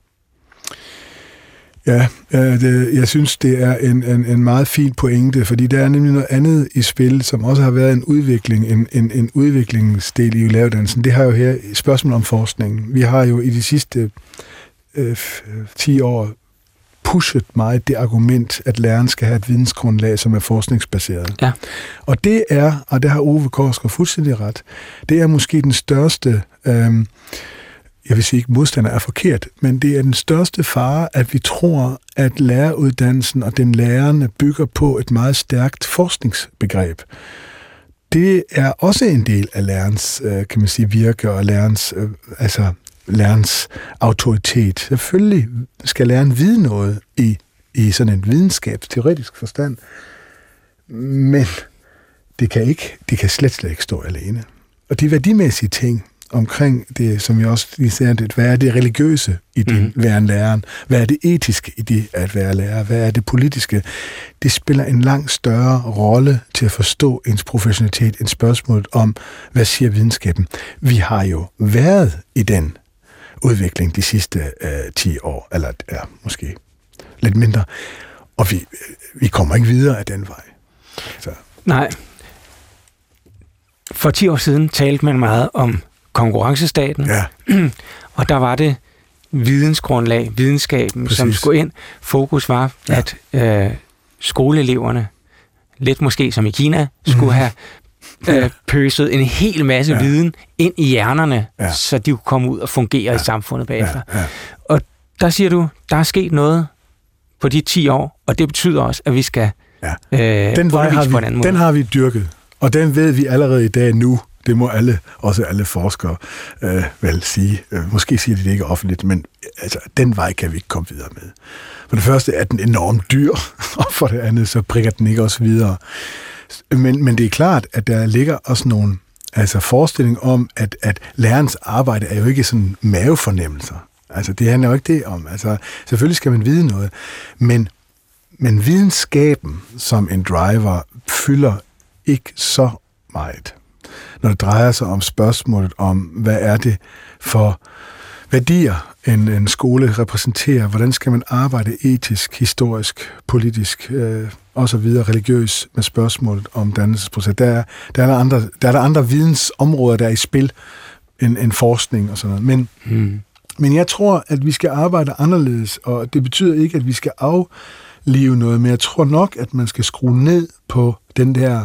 Ja, jeg synes, det er en meget fin pointe, fordi der er nemlig noget andet i spil, som også har været en udvikling, en udviklingsdel i læreruddannelsen. Det har jo her spørgsmål om forskning. Vi har jo i de sidste 10 år pushet meget det argument, at læreren skal have et vidensgrundlag, som er forskningsbaseret.
Ja.
Og det er, og der har Ove Korsgaard fuldstændig ret, det er måske den største, jeg vil sige ikke modstander er forkert, men det er den største fare, at vi tror, at læreruddannelsen og den lærerne bygger på et meget stærkt forskningsbegreb. Det er også en del af lærerens, kan man sige, virke og lærerens autoritet. Selvfølgelig skal læreren vide noget i sådan en videnskabsteoretisk forstand, men det kan slet ikke stå alene. Og de værdimæssige ting omkring det, som jeg også lige sagde, hvad er det religiøse i det at være en lærer? Hvad er det etiske i det at være lærer? Hvad er det politiske? Det spiller en langt større rolle til at forstå ens professionalitet end spørgsmålet om, hvad siger videnskaben? Vi har jo været i den udvikling de sidste 10 år, eller måske lidt mindre, og vi kommer ikke videre af den vej. Så.
Nej. For 10 år siden talte man meget om konkurrencestaten, og der var det vidensgrundlag, videnskaben, som skulle ind. Fokus var, at skoleeleverne, lidt måske som i Kina, skulle have pøset en hel masse viden ind i hjernerne, så de kunne komme ud og fungere i samfundet bagefter. Og der siger du, der er sket noget på de 10 år, og det betyder også, at vi skal undervise på en anden måde.
Den har vi dyrket, og den ved vi allerede i dag nu. Det må alle forskere vel sige. Måske siger de det ikke offentligt, men altså, den vej kan vi ikke komme videre med. For det første er den enormt dyr, og for det andet, så prikker den ikke også videre. Men det er klart, at der ligger også nogle forestilling om, at lærerens arbejde er jo ikke sådan mavefornemmelser. Altså, det handler jo ikke det om. Altså, selvfølgelig skal man vide noget, men videnskaben som en driver fylder ikke så meget. Når det drejer sig om spørgsmålet om, hvad er det for værdier, en skole repræsenterer, hvordan skal man arbejde etisk, historisk, politisk, og så videre, religiøs med spørgsmålet om dannelsesproces. Der er andre vidensområder, der er i spil end forskning og sådan noget. Men jeg tror, at vi skal arbejde anderledes, og det betyder ikke, at vi skal aflive noget, men jeg tror nok, at man skal skrue ned på den der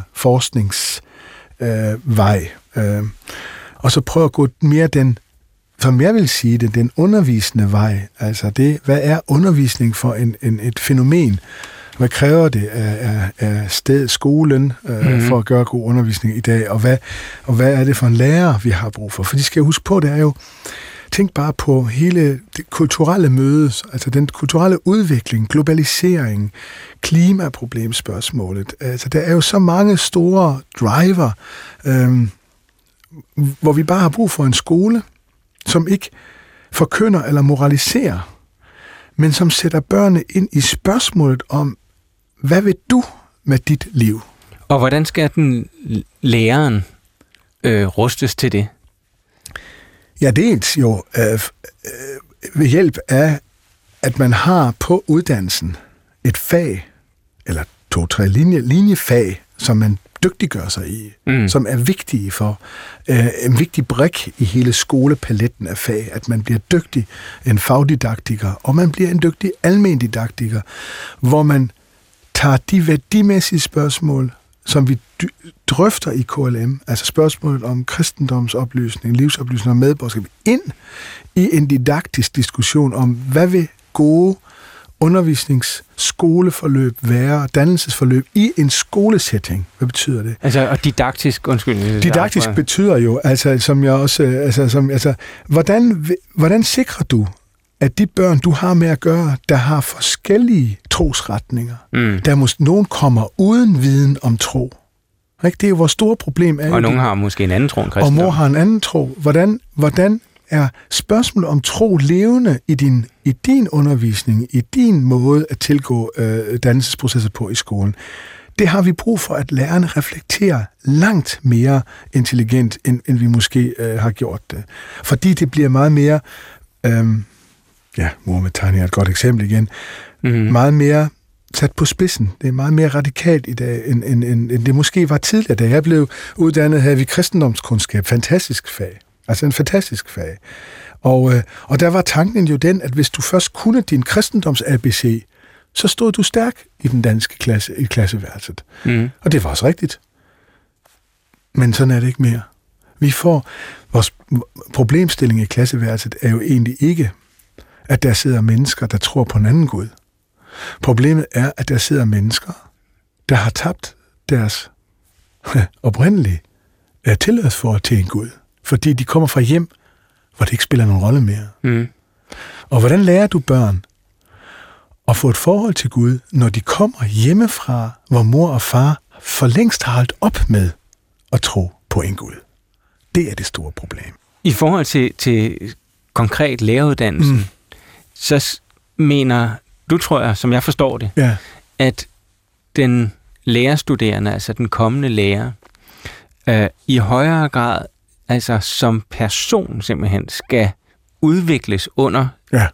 forskningsvej, og så prøve at gå mere den, som jeg vil sige det, den undervisende vej. Altså det, hvad er undervisning for et fænomen? Hvad kræver det af skolen for at gøre god undervisning i dag? Og hvad er det for en lærer, vi har brug for? For de skal huske på, det er jo, tænk bare på hele det kulturelle møde, altså den kulturelle udvikling, globalisering, klimaproblemspørgsmålet. Altså der er jo så mange store driver, hvor vi bare har brug for en skole, som ikke forkynder eller moraliserer, men som sætter børnene ind i spørgsmålet om, hvad vil du med dit liv?
Og hvordan skal den læreren rustes til det?
Ja, dels jo ved hjælp af, at man har på uddannelsen et fag, eller 2-3 linjefag, som man dygtiggør sig i, som er vigtige for en vigtig brik i hele skolepaletten af fag, at man bliver dygtig, en fagdidaktiker, og man bliver en dygtig almendidaktiker, hvor man tager de værdimæssige spørgsmål, som vi drøfter i KLM, altså spørgsmålet om kristendomsoplysning, livsoplysning og medborgerskab, ind i en didaktisk diskussion om, hvad vil gode undervisningsskoleforløb være, dannelsesforløb i en skolesetting. Hvad betyder det?
Altså, og didaktisk, undskyld.
Didaktisk betyder jo, altså, som jeg også, hvordan sikrer du, at de børn, du har med at gøre, der har forskellige trosretninger, der måske nogen kommer uden viden om tro, Ikke? Det er jo vores store problem.
Og nogen har måske en anden tro end kristendom.
Og mor har en anden tro. Hvordan er spørgsmålet om tro levende i din undervisning, i din måde at tilgå dannelsesprocesser på i skolen? Det har vi brug for, at lærerne reflekterer langt mere intelligent, end vi måske har gjort det. Fordi det bliver meget mere, Muhammed-tegning er et godt eksempel igen, meget mere sat på spidsen. Det er meget mere radikalt i dag, end det måske var tidligere. Da jeg blev uddannet, havde vi kristendomskundskab, fantastisk fag. Altså en fantastisk fag. Og der var tanken jo den, at hvis du først kunne din kristendoms-ABC, så stod du stærk i den danske klasse, i klasseværelset. Og det var også rigtigt. Men sådan er det ikke mere. Vores problemstilling i klasseværelset er jo egentlig ikke, at der sidder mennesker, der tror på en anden Gud. Problemet er, at der sidder mennesker, der har tabt deres oprindelige tilhørsforhold til en Gud. Fordi de kommer fra hjem, hvor det ikke spiller nogen rolle mere. Og hvordan lærer du børn at få et forhold til Gud, når de kommer hjemmefra, hvor mor og far for længst har holdt op med at tro på en Gud? Det er det store problem.
I forhold til konkret læreruddannelsen, så mener du, tror jeg, som jeg forstår det, at den lærerstuderende, altså den kommende lærer, i højere grad altså som person simpelthen skal udvikles under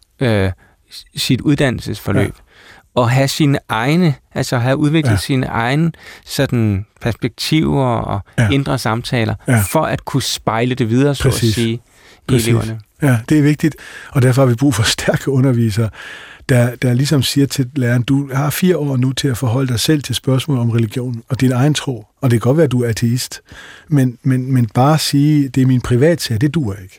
sit uddannelsesforløb, og have sine egne, altså have udviklet sine egne sådan perspektiver og indre samtaler, for at kunne spejle det videre, så at sige, i eleverne.
Ja, det er vigtigt, og derfor har vi brug for stærke undervisere, der ligesom siger til læreren, du har 4 år nu til at forholde dig selv til spørgsmål om religion og din egen tro. Og det kan godt være, at du er ateist, men bare sige, det er min privatsag, det duer ikke.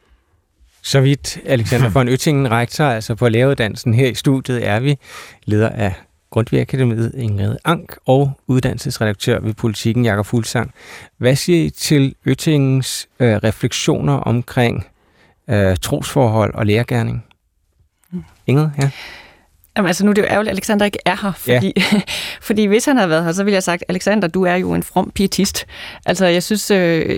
Så vidt Alexander von Oettingen, rektor, altså på læreruddannelsen her i studiet, er vi leder af Grundtvig Akademiet, Ingrid Ank, og uddannelsesredaktør ved Politiken, Jakob Fuglsang. Hvad siger I til Oettingens refleksioner omkring trosforhold og lærergerning? Ingrid, ja?
Jamen, altså nu er det jo ærgerligt, at Alexander ikke er her, fordi hvis han havde været her, så ville jeg have sagt, Alexander, du er jo en from pietist. Altså, jeg synes,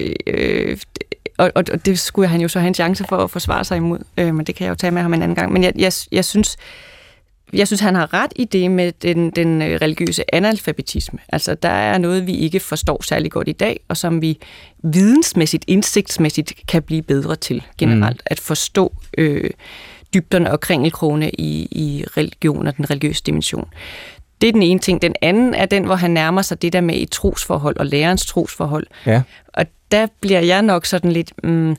og det skulle han jo så have en chance for at forsvare sig imod, men det kan jeg jo tage med ham en anden gang. Men jeg synes, han har ret i det med den religiøse analfabetisme. Altså, der er noget, vi ikke forstår særlig godt i dag, og som vi vidensmæssigt, indsigtsmæssigt kan blive bedre til generelt. At forstå dybderne og kringelkrogene i religion og den religiøse dimension. Det er den ene ting. Den anden er den, hvor han nærmer sig det der med et trosforhold og lærerens trosforhold. Ja. Og der bliver jeg nok sådan lidt...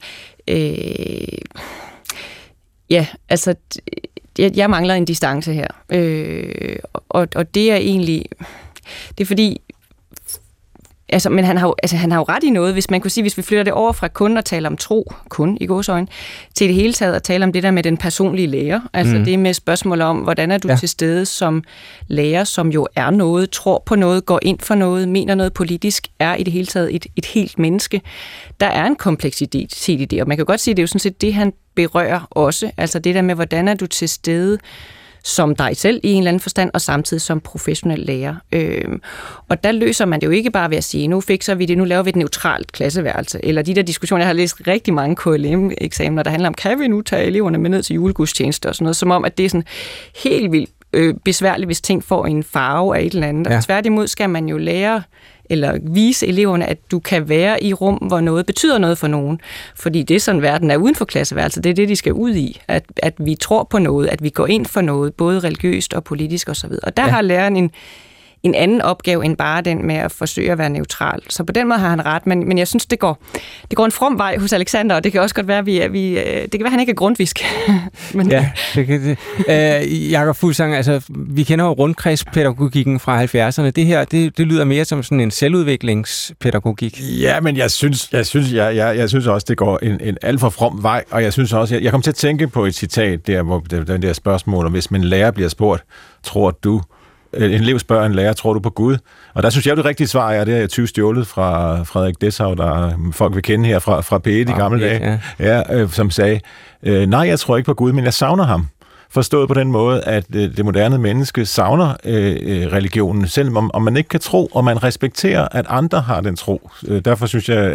jeg mangler en distance her. Og det er egentlig... Det er fordi... Altså, men han har jo ret i noget, hvis man kunne sige, hvis vi flytter det over fra kun at tale om tro, kun i gåseøjne, til det hele taget at tale om det der med den personlige lærer. Altså det med spørgsmål om, hvordan er du til stede som lærer, som jo er noget, tror på noget, går ind for noget, mener noget politisk, er i det hele taget et helt menneske. Der er en kompleksitet i det, og man kan godt sige, at det er jo sådan set det, han berører også. Altså det der med, hvordan er du til stede som dig selv i en eller anden forstand, og samtidig som professionel lærer. Og der løser man det jo ikke bare ved at sige, nu fikser vi det, nu laver vi et neutralt klasseværelse, eller de der diskussioner, jeg har læst rigtig mange KLM-eksamener, der handler om, kan vi nu tage eleverne med ned til julegudstjeneste og sådan noget, som om, at det er sådan helt vildt besværligt, hvis ting får en farve af et eller andet. Ja. Tværtimod skal man jo lære eller vise eleverne, at du kan være i rum, hvor noget betyder noget for nogen. Fordi det er sådan, verden er uden for klasseværelset. Det er det, de skal ud i. At vi tror på noget, at vi går ind for noget, både religiøst og politisk osv. Og der har læreren en anden opgave, end bare den med at forsøge at være neutral. Så på den måde har han ret, men jeg synes, det går en from vej hos Alexander, og det kan også godt være, at det kan være, han ikke er grundvisk. Men
ja, det kan det. Jakob Fuglsang, altså, vi kender jo rundkredspædagogikken fra 70'erne. Det her, det lyder mere som sådan en selvudviklingspædagogik.
Ja, men jeg synes også, det går en alt for from vej, og jeg synes også, jeg kom til at tænke på et citat der, hvor den der spørgsmål, om hvis min lærer bliver spurgt, tror du, en elev spørger en lærer, tror du på Gud? Og der synes jeg, det rigtige svar er, det er 20 stjålet fra Frederik Dessau, der folk vil kende her fra P1 i gamle dage, som sagde, nej, jeg tror ikke på Gud, men jeg savner ham. forstået på den måde, at det moderne menneske savner religionen, selvom om man ikke kan tro, og man respekterer, at andre har den tro. Derfor synes jeg,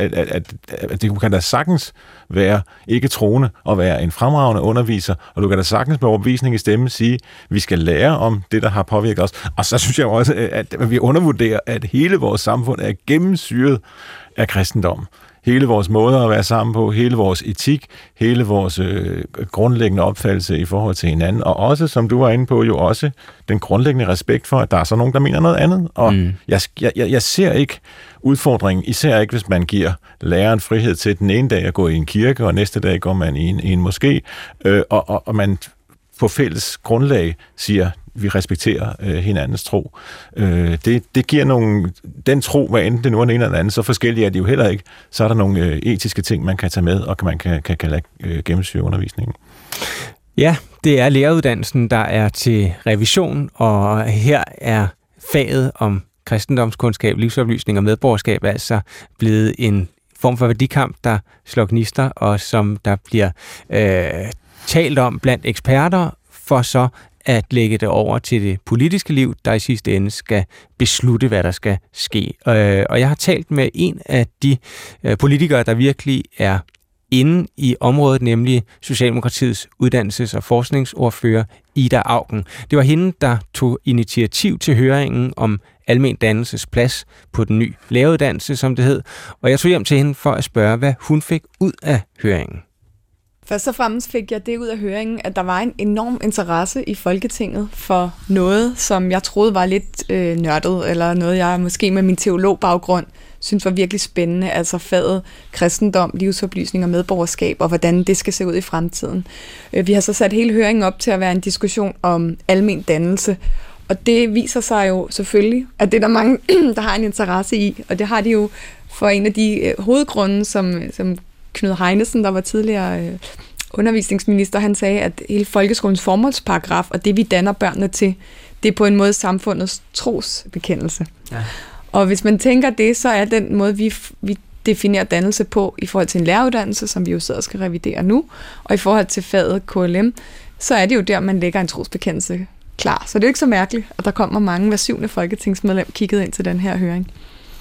at det kan da sagtens være ikke troende og være en fremragende underviser, og du kan da sagtens med overbevisning i stemme sige, at vi skal lære om det, der har påvirket os. Og så synes jeg også, at vi undervurderer, at hele vores samfund er gennemsyret af kristendom. Hele vores måde at være sammen på, hele vores etik, hele vores grundlæggende opfattelse i forhold til hinanden, og også, som du var inde på, jo også den grundlæggende respekt for, at der er så nogen, der mener noget andet. Og jeg ser ikke udfordringen, især ikke, hvis man giver læreren frihed til den ene dag at gå i en kirke, og næste dag går man i en moské, og man på fælles grundlag siger, vi respekterer hinandens tro. Det giver den tro, hvad enten det nu er den ene eller den anden, så forskellige er de jo heller ikke. Så er der nogle etiske ting, man kan tage med, og man kan lade gennemsyre undervisningen.
Ja, det er læreruddannelsen, der er til revision, og her er faget om kristendomskundskab, livsoplysning og medborgerskab altså blevet en form for værdikamp, der slår gnister, og som der bliver talt om blandt eksperter, for så at lægge det over til det politiske liv, der i sidste ende skal beslutte, hvad der skal ske. Og jeg har talt med en af de politikere, der virkelig er inde i området, nemlig Socialdemokratiets uddannelses- og forskningsordfører Ida Auken. Det var hende, der tog initiativ til høringen om almen dannelses plads på den nye læreruddannelse, som det hed. Og jeg tog hjem til hende for at spørge, hvad hun fik ud af høringen.
Først og fremmest fik jeg det ud af høringen, at der var en enorm interesse i Folketinget for noget, som jeg troede var lidt nørdet, eller noget, jeg måske med min teologbaggrund synes var virkelig spændende, altså faget kristendom, livsoplysning og medborgerskab, og hvordan det skal se ud i fremtiden. Vi har så sat hele høringen op til at være en diskussion om almen dannelse, og det viser sig jo selvfølgelig, at det er der mange, der har en interesse i, og det har de jo for en af de hovedgrunde, som Knud Heinesen, der var tidligere undervisningsminister, han sagde, at hele folkeskolens formålsparagraf, og det vi danner børnene til, det er på en måde samfundets trosbekendelse. Ja. Og hvis man tænker det, så er den måde, vi definerer dannelse på i forhold til en læreruddannelse, som vi jo sidder og skal revidere nu, og i forhold til faget KLM, så er det jo der, man lægger en trosbekendelse klar. Så det er jo ikke så mærkeligt, at der kommer mange hver 7. folketingsmedlem kigget ind til den her høring.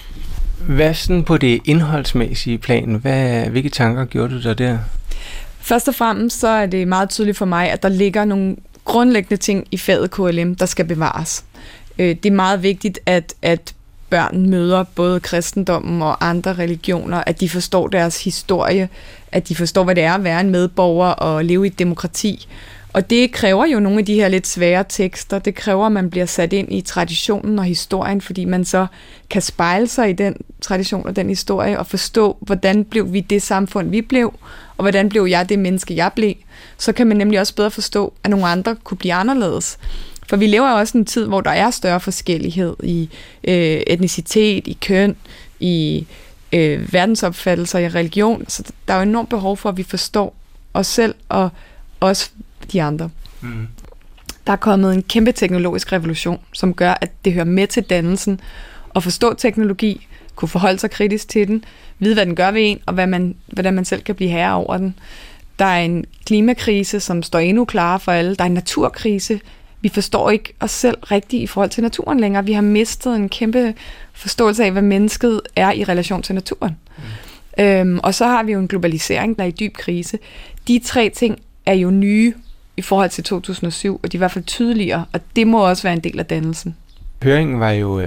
Hvad sådan på det indholdsmæssige plan? Hvilke tanker gjorde du der?
Først og fremmest så er det meget tydeligt for mig, at der ligger nogle grundlæggende ting i faget KLM, der skal bevares. Det er meget vigtigt, at børn møder både kristendommen og andre religioner, at de forstår deres historie, at de forstår, hvad det er at være en medborger og leve i et demokrati. Og det kræver jo nogle af de her lidt svære tekster. Det kræver, at man bliver sat ind i traditionen og historien, fordi man så kan spejle sig i den tradition og den historie og forstå, hvordan blev vi det samfund, vi blev, og hvordan blev jeg det menneske, jeg blev. Så kan man nemlig også bedre forstå, at nogle andre kunne blive anderledes. For vi lever jo også en tid, hvor der er større forskellighed i etnicitet, i køn, i verdensopfattelser, i religion. Så der er jo enormt behov for, at vi forstår os selv og også de andre. Mm. Der er kommet en kæmpe teknologisk revolution, som gør, at det hører med til dannelsen at forstå teknologi, kunne forholde sig kritisk til den, vide, hvad den gør ved en, og hvordan man selv kan blive herre over den. Der er en klimakrise, som står endnu klarere for alle. Der er en naturkrise. Vi forstår ikke os selv rigtigt i forhold til naturen længere. Vi har mistet en kæmpe forståelse af, hvad mennesket er i relation til naturen. Mm. Og så har vi jo en globalisering, der er i dyb krise. De 3 ting er jo nye i forhold til 2007, og de er i hvert fald tydeligere, og det må også være en del af dannelsen.
Høringen var jo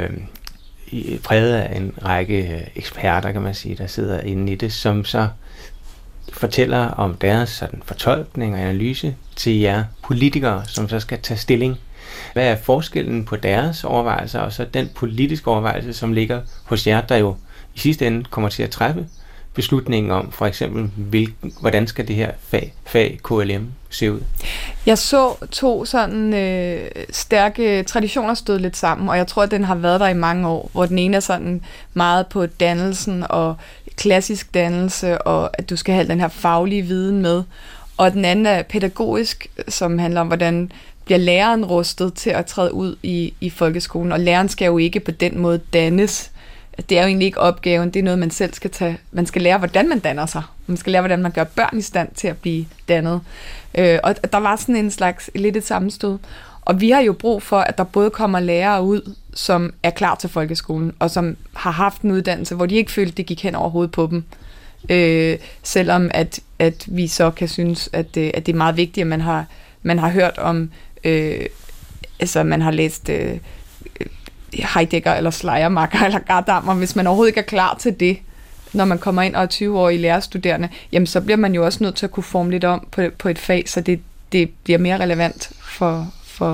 præget af en række eksperter, kan man sige, der sidder inde i det, som så fortæller om deres sådan, fortolkning og analyse til jer politikere, som så skal tage stilling. Hvad er forskellen på deres overvejelser og så den politiske overvejelse, som ligger hos jer, der jo i sidste ende kommer til at træffe beslutningen om, for eksempel, hvordan skal det her fag KLM se ud?
Jeg så 2 sådan stærke traditioner støde lidt sammen, og jeg tror, at den har været der i mange år, hvor den ene er sådan meget på dannelsen og klassisk dannelse, og at du skal have den her faglige viden med, og den anden er pædagogisk, som handler om, hvordan bliver læreren rustet til at træde ud i folkeskolen, og læreren skal jo ikke på den måde dannes. Det er jo egentlig ikke opgaven, det er noget, man selv skal tage. Man skal lære, hvordan man danner sig, Man skal lære, hvordan man gør børn i stand til at blive dannet. Og der var sådan en slags lidt et sammenstød. Og vi har jo brug for, at der både kommer lærere ud, som er klar til folkeskolen, og som har haft en uddannelse, hvor de ikke følte, det gik hen over hovedet på dem. Selvom at vi så kan synes, at det er meget vigtigt, at man har hørt om, man har læst Heidegger eller Schleiermacher eller Gardammer, hvis man overhovedet ikke er klar til det, når man kommer ind og er 20 år i lærerstuderende, jamen så bliver man jo også nødt til at kunne forme lidt om på et fag, så det bliver mere relevant for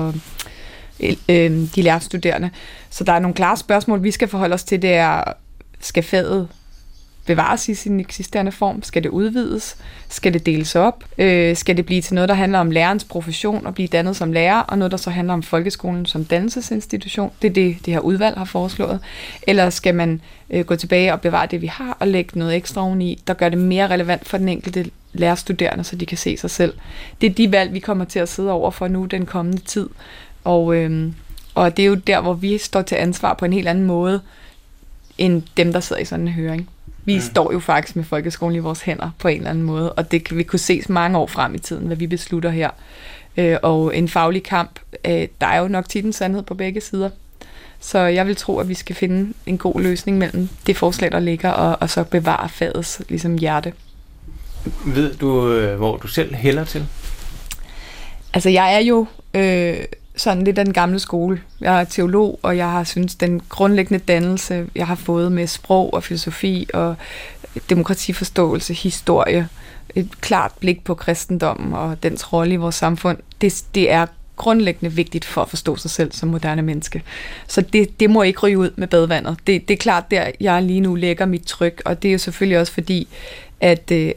de lærerstuderende. Så der er nogle klare spørgsmål, vi skal forholde os til. Det er, skal faget bevares i sin eksisterende form? Skal det udvides? Skal det deles op? Skal det blive til noget, der handler om lærerens profession og blive dannet som lærer, og noget, der så handler om folkeskolen som dannelsesinstitution? Det er det her udvalg har foreslået. Eller skal man gå tilbage og bevare det, vi har, og lægge noget ekstra oveni, der gør det mere relevant for den enkelte lærerstuderende, så de kan se sig selv? Det er de valg, vi kommer til at sidde over for nu den kommende tid. Og det er jo der, hvor vi står til ansvar på en helt anden måde, end dem, der sidder i sådan en høring. Vi står jo faktisk med folkeskolen i vores hænder på en eller anden måde, og det kan vi kunne ses mange år frem i tiden, hvad vi beslutter her. Og en faglig kamp, der er jo nok tit en sandhed på begge sider. Så jeg vil tro, at vi skal finde en god løsning mellem det forslag, der ligger, og så bevare fagets ligesom hjerte.
Ved du, hvor du selv hælder til?
Altså, jeg er jo sådan lidt af den gamle skole. Jeg er teolog, og jeg har synes den grundlæggende dannelse, jeg har fået med sprog og filosofi og demokratiforståelse, historie, et klart blik på kristendommen og dens rolle i vores samfund, det er grundlæggende vigtigt for at forstå sig selv som moderne menneske. Så det må ikke ryge ud med badevandet. Det er klart der, jeg lige nu lægger mit tryk, og det er jo selvfølgelig også fordi, at det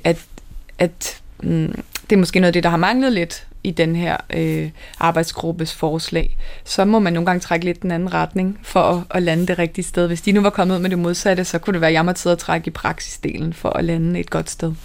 er måske noget af det, der har manglet lidt i den her arbejdsgruppes forslag. Så må man nogle gange trække lidt den anden retning for at lande det rigtige sted. Hvis de nu var kommet ud med det modsatte, så kunne det være, at jeg måtte sidde og trække i praksisdelen for at lande et godt sted.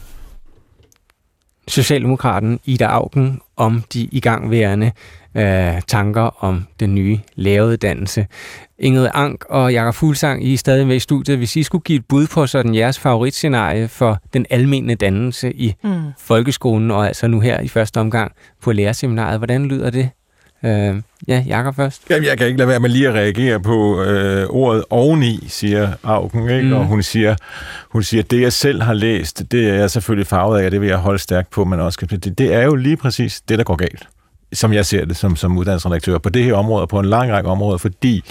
Socialdemokraten Ida Auken om de igangværende tanker om den nye læreruddannelse. Ingrid Ank og Jakob Fuglsang, I er stadig med i studiet. Hvis I skulle give et bud på sådan jeres favoritscenarie for den almene dannelse i folkeskolen, og altså nu her i første omgang på lærerseminaret, hvordan lyder det? Jakob først.
Jamen, jeg kan ikke lade være med lige at reagere på ordet oveni, siger Auken, ikke? Og hun siger, det jeg selv har læst, det er jeg selvfølgelig farvet af, og det vil jeg holde stærkt på, men også det er jo lige præcis det, der går galt, som jeg ser det som uddannelsesredaktør på det her område og på en lang række områder, fordi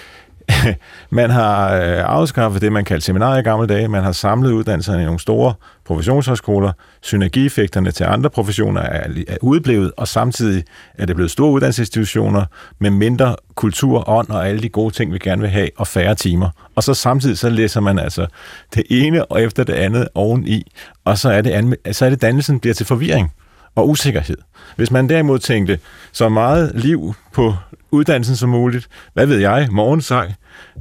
man har afskaffet det, man kaldte seminarier i gamle dage. Man har samlet uddannelserne i nogle store professionshøjskoler. Synergieffekterne til andre professioner er udeblevet, og samtidig er det blevet store uddannelsesinstitutioner med mindre kultur, ånd og alle de gode ting, vi gerne vil have, og færre timer. Og så samtidig så læser man altså det ene og efter det andet oveni, og så er det dannelsen bliver til forvirring og usikkerhed. Hvis man derimod tænkte så meget liv på uddannelsen som muligt, hvad ved jeg, morgensang,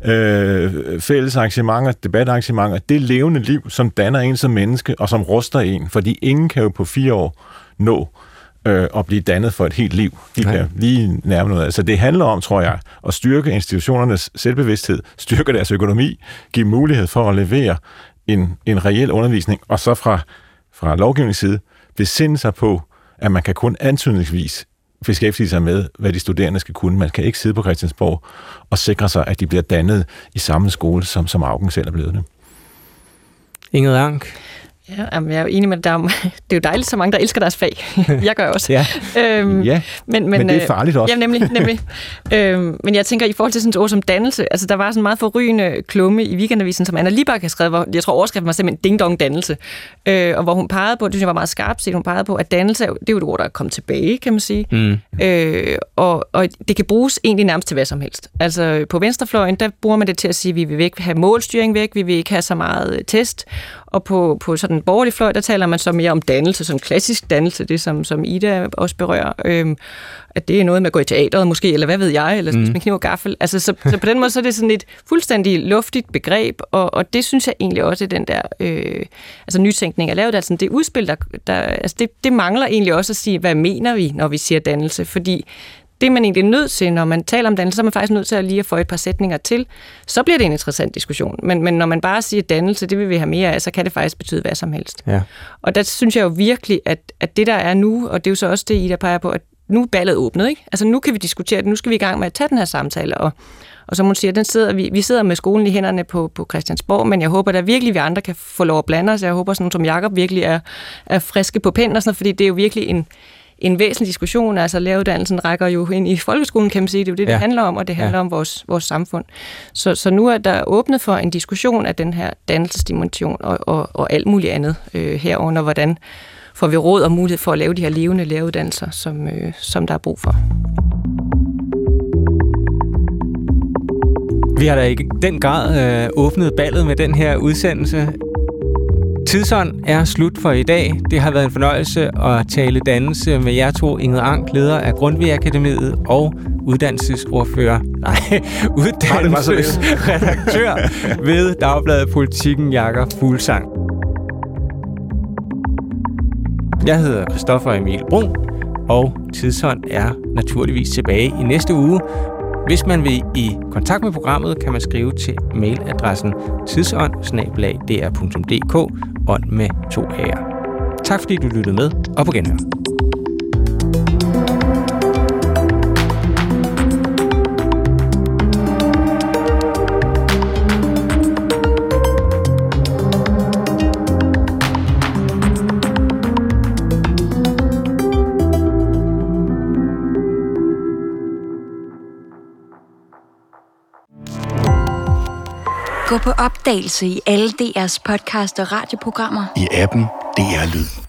fælles arrangementer, debatarrangementer, det levende liv, som danner en som menneske og som ruster en, fordi ingen kan jo på 4 år nå at blive dannet for et helt liv. De kan lige nærme noget. Altså det handler om, tror jeg, at styrke institutionernes selvbevidsthed, styrke deres økonomi, give mulighed for at levere en reel undervisning, og så fra lovgivningsside besinde sig på, at man kan kun antydningsvis beskæftige sig med, hvad de studerende skal kunne. Man kan ikke sidde på Christiansborg og sikre sig, at de bliver dannet i samme skole, som Auken selv er blevet det.
Ingrid Ank?
Ja, jeg er jo enig med dig om, det er jo dejligt, så mange, der elsker deres fag. Jeg gør også.
Ja, men det er farligt også.
Ja, nemlig. Men jeg tænker, i forhold til sådan et ord som dannelse, altså der var sådan en meget forrygende klumme i Weekendavisen, som Anna Libak har skrevet, hvor jeg tror overskriften var simpelthen ding-dong dannelse, og hvor hun pegede på, det synes jeg var meget skarpt set, hun pegede på, at dannelse, det er jo et ord, der er kommet tilbage, kan man sige, og det kan bruges egentlig nærmest til hvad som helst. Altså på venstrefløjen, der bruger man det til at sige, at vi vil ikke have målstyring væk, vi vil ikke have så meget test, og på sådan en borgerlig fløj, der taler man så mere om dannelse, sådan klassisk dannelse, det som Ida også berører, at det er noget med at gå i teateret måske, eller hvad ved jeg, eller spise med kniv og gaffel. Altså, så på den måde, så er det sådan et fuldstændig luftigt begreb, og det synes jeg egentlig også, den der nytænkning af læreruddannelsen, det udspil, det mangler egentlig også at sige, hvad mener vi, når vi siger dannelse, fordi det er man egentlig nødt til, når man taler om dannelse, så er man faktisk nødt til at lige at få et par sætninger til. Så bliver det en interessant diskussion. Men når man bare siger dannelse, det vil vi have mere af, så kan det faktisk betyde hvad som helst. Ja. Og der synes jeg jo virkelig, at det der er nu, og det er jo så også det, Ida peger på, at nu er ballet åbnet, ikke? Altså nu kan vi diskutere det, nu skal vi i gang med at tage den her samtale, og som hun siger, vi sidder med skolen i hænderne på Christiansborg, men jeg håber da virkelig, vi andre kan få lov at blande os. Jeg håber sådan som Jakob virkelig er friske på pinden og sådan noget, fordi det er jo virkelig en væsentlig diskussion. Altså læreruddannelsen rækker jo ind i folkeskolen, kan man sige. Det er jo det handler om, og det handler om vores samfund. Så nu er der åbnet for en diskussion af den her dannelsesdimension og alt muligt andet herunder, hvordan får vi råd og mulighed for at lave de her levende læreruddannelser, som der er brug for.
Vi har da i den grad åbnet ballet med den her udsendelse. Tidsånd er slut for i dag. Det har været en fornøjelse at tale dannelse med jer to, Ingrid Ank, leder af Grundtvig Akademiet, og uddannelsesredaktør ved Dagbladet Politikken, Jakob Fuglsang. Jeg hedder Christoffer Emil Bruun, og Tidsånd er naturligvis tilbage i næste uge. Hvis man vil i kontakt med programmet, kan man skrive til mailadressen tidsånd@dr.dk, ånd med 2 A'er. Tak fordi du lyttede med, og på genhør.
Gå på opdagelse i alle DR's podcast og radioprogrammer.
I appen DR Lyd.